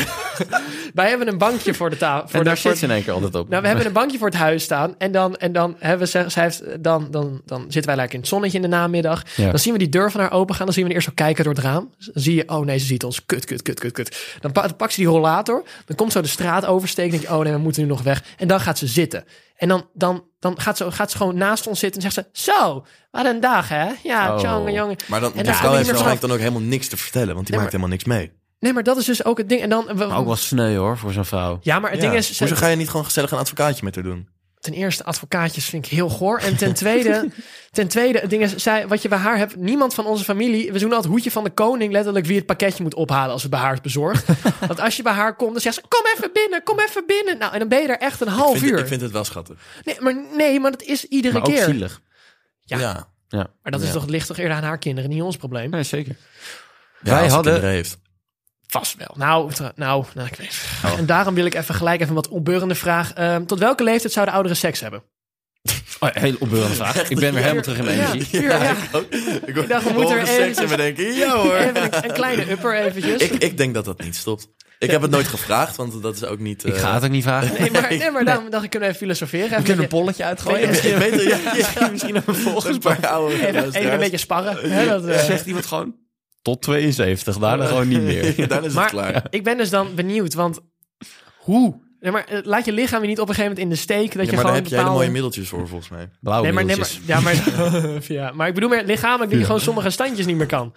wij hebben een bankje voor de tafel. en daar de, voor zit ze in één keer altijd op. Nou, we hebben een bankje voor het huis staan. En dan, en dan hebben we, zij heeft, dan, dan, dan zitten wij lekker in het zonnetje in de namiddag. Ja. Dan zien we die deur van haar open gaan. Dan zien we haar eerst zo kijken door het raam. Dan zie je, oh nee, ze ziet ons. Kut, kut, kut, kut, kut. Dan, pa- dan pakt ze die rollator. Dan komt zo de straat oversteken. Dan denk je, oh nee, we moeten nu nog weg. En dan gaat ze zitten. En dan, dan, dan gaat, ze, gaat ze gewoon naast ons zitten en zegt ze, zo, wat een dag hè. Ja, Oh. jongen, jongen. Maar dan, En die daar vrouw kom je heeft niet meer waarschijnlijk dan ook helemaal niks te vertellen. Want die Nee, maakt helemaal niks mee. Nee, maar dat is dus ook het ding. En dan, we- Maar ook wel sneu hoor, voor zo'n vrouw. ja, maar het Ja. ding is, ze- Hoezo ga je niet gewoon gezellig een advocaatje met haar doen? ten eerste, advocaatjes vind ik heel goor. En ten tweede, ten tweede, het ding is, zij, wat je bij haar hebt, niemand van onze familie, we doen altijd hoedje van de koning, letterlijk wie het pakketje moet ophalen als het bij haar is bezorgd. Want als je bij haar komt, dan zegt ze, kom even binnen, kom even binnen. Nou, en dan ben je er echt een half Ik vind, uur. ik vind het wel schattig. Nee, maar, nee, maar dat is iedere Maar ook keer. zielig. Ja. Ja. Ja, Maar dat is Ja. toch, ligt toch eerder aan haar kinderen, niet ons probleem? nee, zeker. Ja, Wij als ze hadden- kinderen heeft. Vast wel. Nou, tra- nou, nou ik weet. Oh. En daarom wil ik even gelijk even een wat opbeurende vraag. Ehm, tot welke leeftijd zouden ouderen seks hebben? Oh, heel opbeurende vraag. Ik ben weer helemaal terug in mijn Ja, energie. puur, ja. Ik ook. Ik, Ik dacht, we moeten er seks en eventjes- we denken, ja hoor. Even een, een kleine upper eventjes. Ik, ik denk dat dat niet stopt. Ik heb het nooit gevraagd, want dat is ook niet... Ik eh, ga het ook niet vragen. Nee, maar, nee, maar daarom dacht ik, kunnen we even filosoferen. Even, We kunnen een een polletje uitgooien. Nee, Ik weet het, ja, ja. Misschien een volgers. Een paar oude beetje, even, even luisteraars. een beetje sparren. Hè, dat, eh. Zegt iemand gewoon tot tweeënzeventig, daarna gewoon niet meer. Dan is het Maar klaar. ik ben dus dan benieuwd, want hoe? Nee, maar eh, laat je lichaam je niet op een gegeven moment in de steek. Dat Ja, je maar daar gewoon heb je hele bepaalde... mooie middeltjes voor, volgens mij. Blauwe Nee, maar, nee, maar, mailtjes. ja, maar, ja, maar ik bedoel meer lichamelijk dat je gewoon sommige standjes niet meer kan.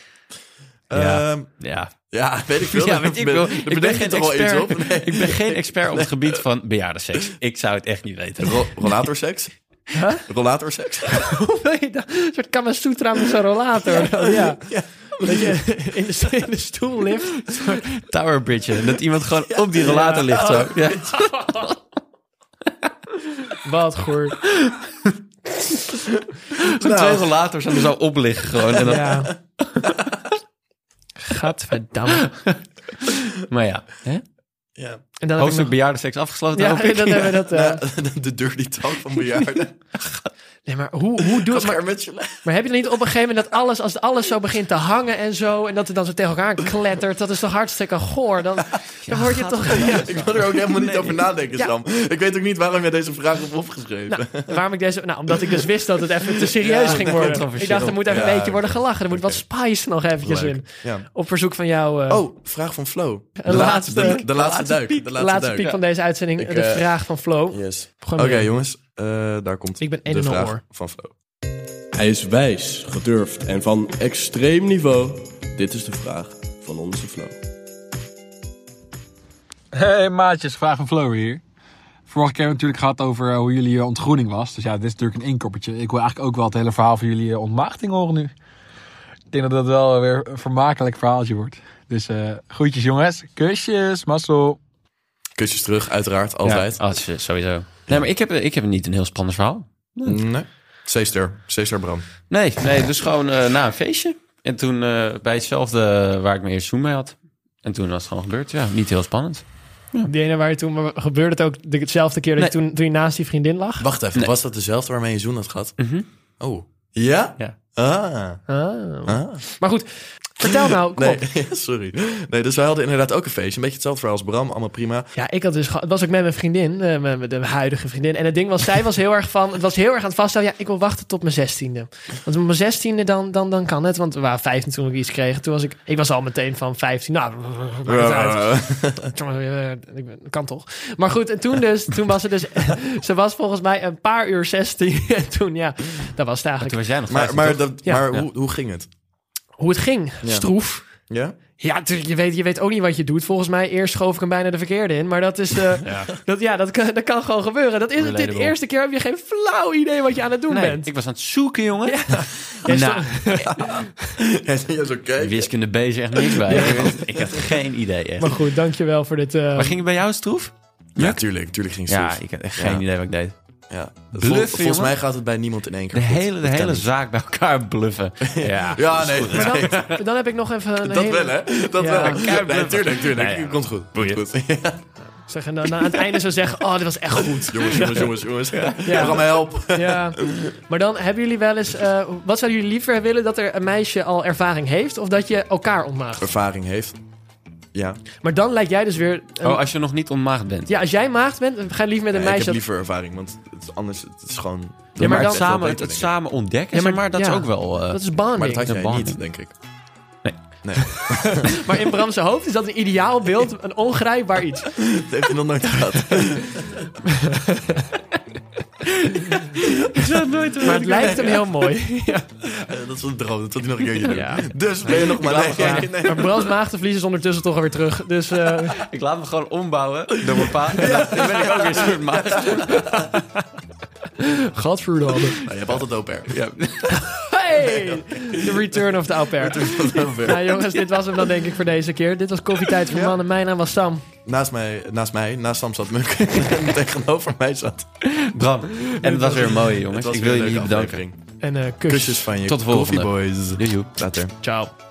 Ja. Ehm, Ja. ja, weet ik veel. Ja, Daar weet ik ben- wel. daar Ik ben bedenk je geen toch wel iets expert. op? Nee. Ik ben geen expert op het gebied van bejaardenseks. Ik zou het echt niet weten. Ro- Rollatorseks? Huh? Rollatorseks? Hoe wil je dat? Een soort Kamasutra met zo'n rollator. Ja. Dat je in de, in de stoel lift. Tower Bridge. En dat iemand gewoon op die rollator ligt zo. Ja. Wat goed. Zo'n twee rolators en er zo op liggen gewoon. En dan... Ja. Gadverdamme. Maar ja, hè? Ja. En dan heb ik Hoofdstuk nog... bejaardenseks afgesloten. Ja, hoop ik. dan hebben we dat... uh, Nou, de dirty talk van bejaarden. Nee, maar hoe, hoe doe Gaat maar, schermetje leggen. maar heb je dan niet op een gegeven moment dat alles, als alles zo begint te hangen en zo, en dat het dan zo tegen elkaar klettert, dat is toch hartstikke goor? Dan, dan word je toch... Ja. Ik wil er ook helemaal niet over nadenken, Ja. Sam. Ik weet ook niet waarom jij deze vraag hebt opgeschreven. Nou, waarom ik deze... Nou, omdat ik dus wist dat het even te serieus Ja, ging worden. controversieel. Ik dacht, er moet even Ja, een beetje worden oké. gelachen. Er moet wat spice nog eventjes Leuk. in. Ja. Op verzoek van jou... uh, Oh, vraag van Flo. De Een laatste- de, de laatste duik. De de laatste, laatste duik. piek van deze uitzending. Ik, de eh, vraag van Flo. Yes. Gewoon Oké, weer. jongens. eh, daar komt Ik ben een de en al vraag oor. van Flo. Hij is wijs, gedurfd en van extreem niveau. Dit is de vraag van onze Flo. Hey maatjes, vraag van Flo hier. Vorige keer hebben we het natuurlijk gehad over uh, hoe jullie uh, ontgroening was. Dus ja, dit is natuurlijk een inkoppertje. Ik wil eigenlijk ook wel het hele verhaal van jullie uh, ontmaagding horen nu. Ik denk dat dat wel weer een vermakelijk verhaaltje wordt. Dus uh, groetjes jongens. Kusjes, mazzel. Kusjes terug, uiteraard. Altijd. Ja, oh, sowieso. Nee, maar ik heb, ik heb niet een heel spannend verhaal. Nee. C-ster. C-ster Bram. Nee, nee, dus gewoon uh, na een feestje. En toen uh, bij hetzelfde waar ik mijn eerste zoen mee had. En toen was het gewoon gebeurd. Ja, niet heel spannend. Die ene waar je toen... Maar gebeurde het ook dezelfde keer dat Nee. je toen, toen je naast die vriendin lag? Wacht even. Nee. Was dat dezelfde waarmee je zoen had gehad? Mhm. Oh. Ja? Ja. Ah. Ah. ah. Maar goed, vertel nou. Kom Nee, op. sorry. Nee, dus wij hadden inderdaad ook een feestje. Een beetje hetzelfde verhaal als Bram. Allemaal prima. Ja, ik had dus... ge- Het was ook met mijn vriendin. eh, met met de huidige vriendin. En het ding was, zij was heel erg van... Het was heel erg aan het vaststellen. Ja, ik wil wachten tot mijn zestiende. Want op mijn zestiende dan, dan, dan kan het. Want we waren vijftien toen ik iets kreeg. Toen was ik... Ik was al meteen van vijftien. Nou, maakt het uit. Eh, ik- kan toch. Maar goed, en toen dus... Toen was ze dus... Ze was volgens mij een paar uur zestien. En toen, ja... Dat was het Toen eigenlijk. was jij nog Maar, vijftien, maar, toch? dat, Ja. maar Ja. Hoe, hoe ging het? Hoe het ging. Ja. Stroef. Ja? Ja, natuurlijk, je weet, je weet ook niet wat je doet. Volgens mij, eerst schoof ik hem bijna de verkeerde in. Maar dat is... eh, Ja. dat, ja, dat kan, dat kan gewoon gebeuren. Dat is het. Dit Relatable. eerste keer heb je geen flauw idee wat je aan het doen Nee, bent. ik was aan het zoeken, jongen. Jij Nou, Ja, zo kijken. wiskunde B is echt niks bij. Ik had geen idee, echt. Maar goed, dankjewel voor dit... eh, Maar ging het bij jou stroef? Ja, tuurlijk. Tuurlijk ging het Ja, stroef. ik had echt geen Ja. idee wat ik deed. Ja. Bluffen, Vol- volgens jongen. mij gaat het bij niemand in één keer De goed. hele, de Dat kan hele niet. zaak bij elkaar bluffen. Ja, Ja, nee. maar dan, dan heb ik nog even een Dat hele... wel, hè? Dat Ja. wel. Keihard Nee, bluffen. tuurlijk, tuurlijk. Nee, ja. Komt goed. Komt goed. Ja. Zeg, en dan aan het einde zo zeggen... Oh, dit was echt goed. Jongens, jongens, jongens, jongens. Ja. We gaan mij helpen. Ja. Maar dan hebben jullie wel eens... eh, wat zouden jullie liever willen? Dat er een meisje al ervaring heeft? Of dat je elkaar ontmaagt? Ervaring heeft. Ja. Maar dan lijkt jij dus weer... een- Oh, als je nog niet ontmaagd bent. Ja, als jij maagd bent, ga je liever met een Nee, ik meisje... heb dat- liever ervaring, want het is anders het is gewoon... Ja, maar maar dan- het, samen, Wel het, beter, het denk ik. samen ontdekken, Ja, maar- zeg maar, dat ja. is ook wel... eh, Dat is bonding. Maar dat had Een jij bonding. niet, denk ik. Nee. Nee, Maar in Bram's hoofd is dat een ideaal beeld, een ongrijpbaar iets. dat heeft hij nog nooit gehad. Maar het lijkt hem heel mooi. Ja. Eh, dat is een droom, dat wil hij nog een keertje doen. Ja. Dus ben je nog maar... Nee, Ja. nee, nee. Maar Bram's maagdenvlies is ondertussen toch alweer terug. Dus eh, Ik laat me gewoon ombouwen door mijn pa. En dan dan ben ik ook weer een soort maag. gadverdamme. Nou, je hebt altijd au pair. Ja. Hey! The return of the au pair. Nou jongens, dit was hem dan denk ik voor deze keer. Dit was Koffietijd voor Mannen. Mijn naam was Sam. Naast mij, naast mij, naast Sam zat Muk. En tegenover mij zat. Bram. En het was weer een mooie, jongens. Het was Ik wil weer een jullie leuke bedanken. aflevering. En eh kus. Kusjes van je Tot de volgende. Coffee Boys. Doei, joe. Later. Ciao.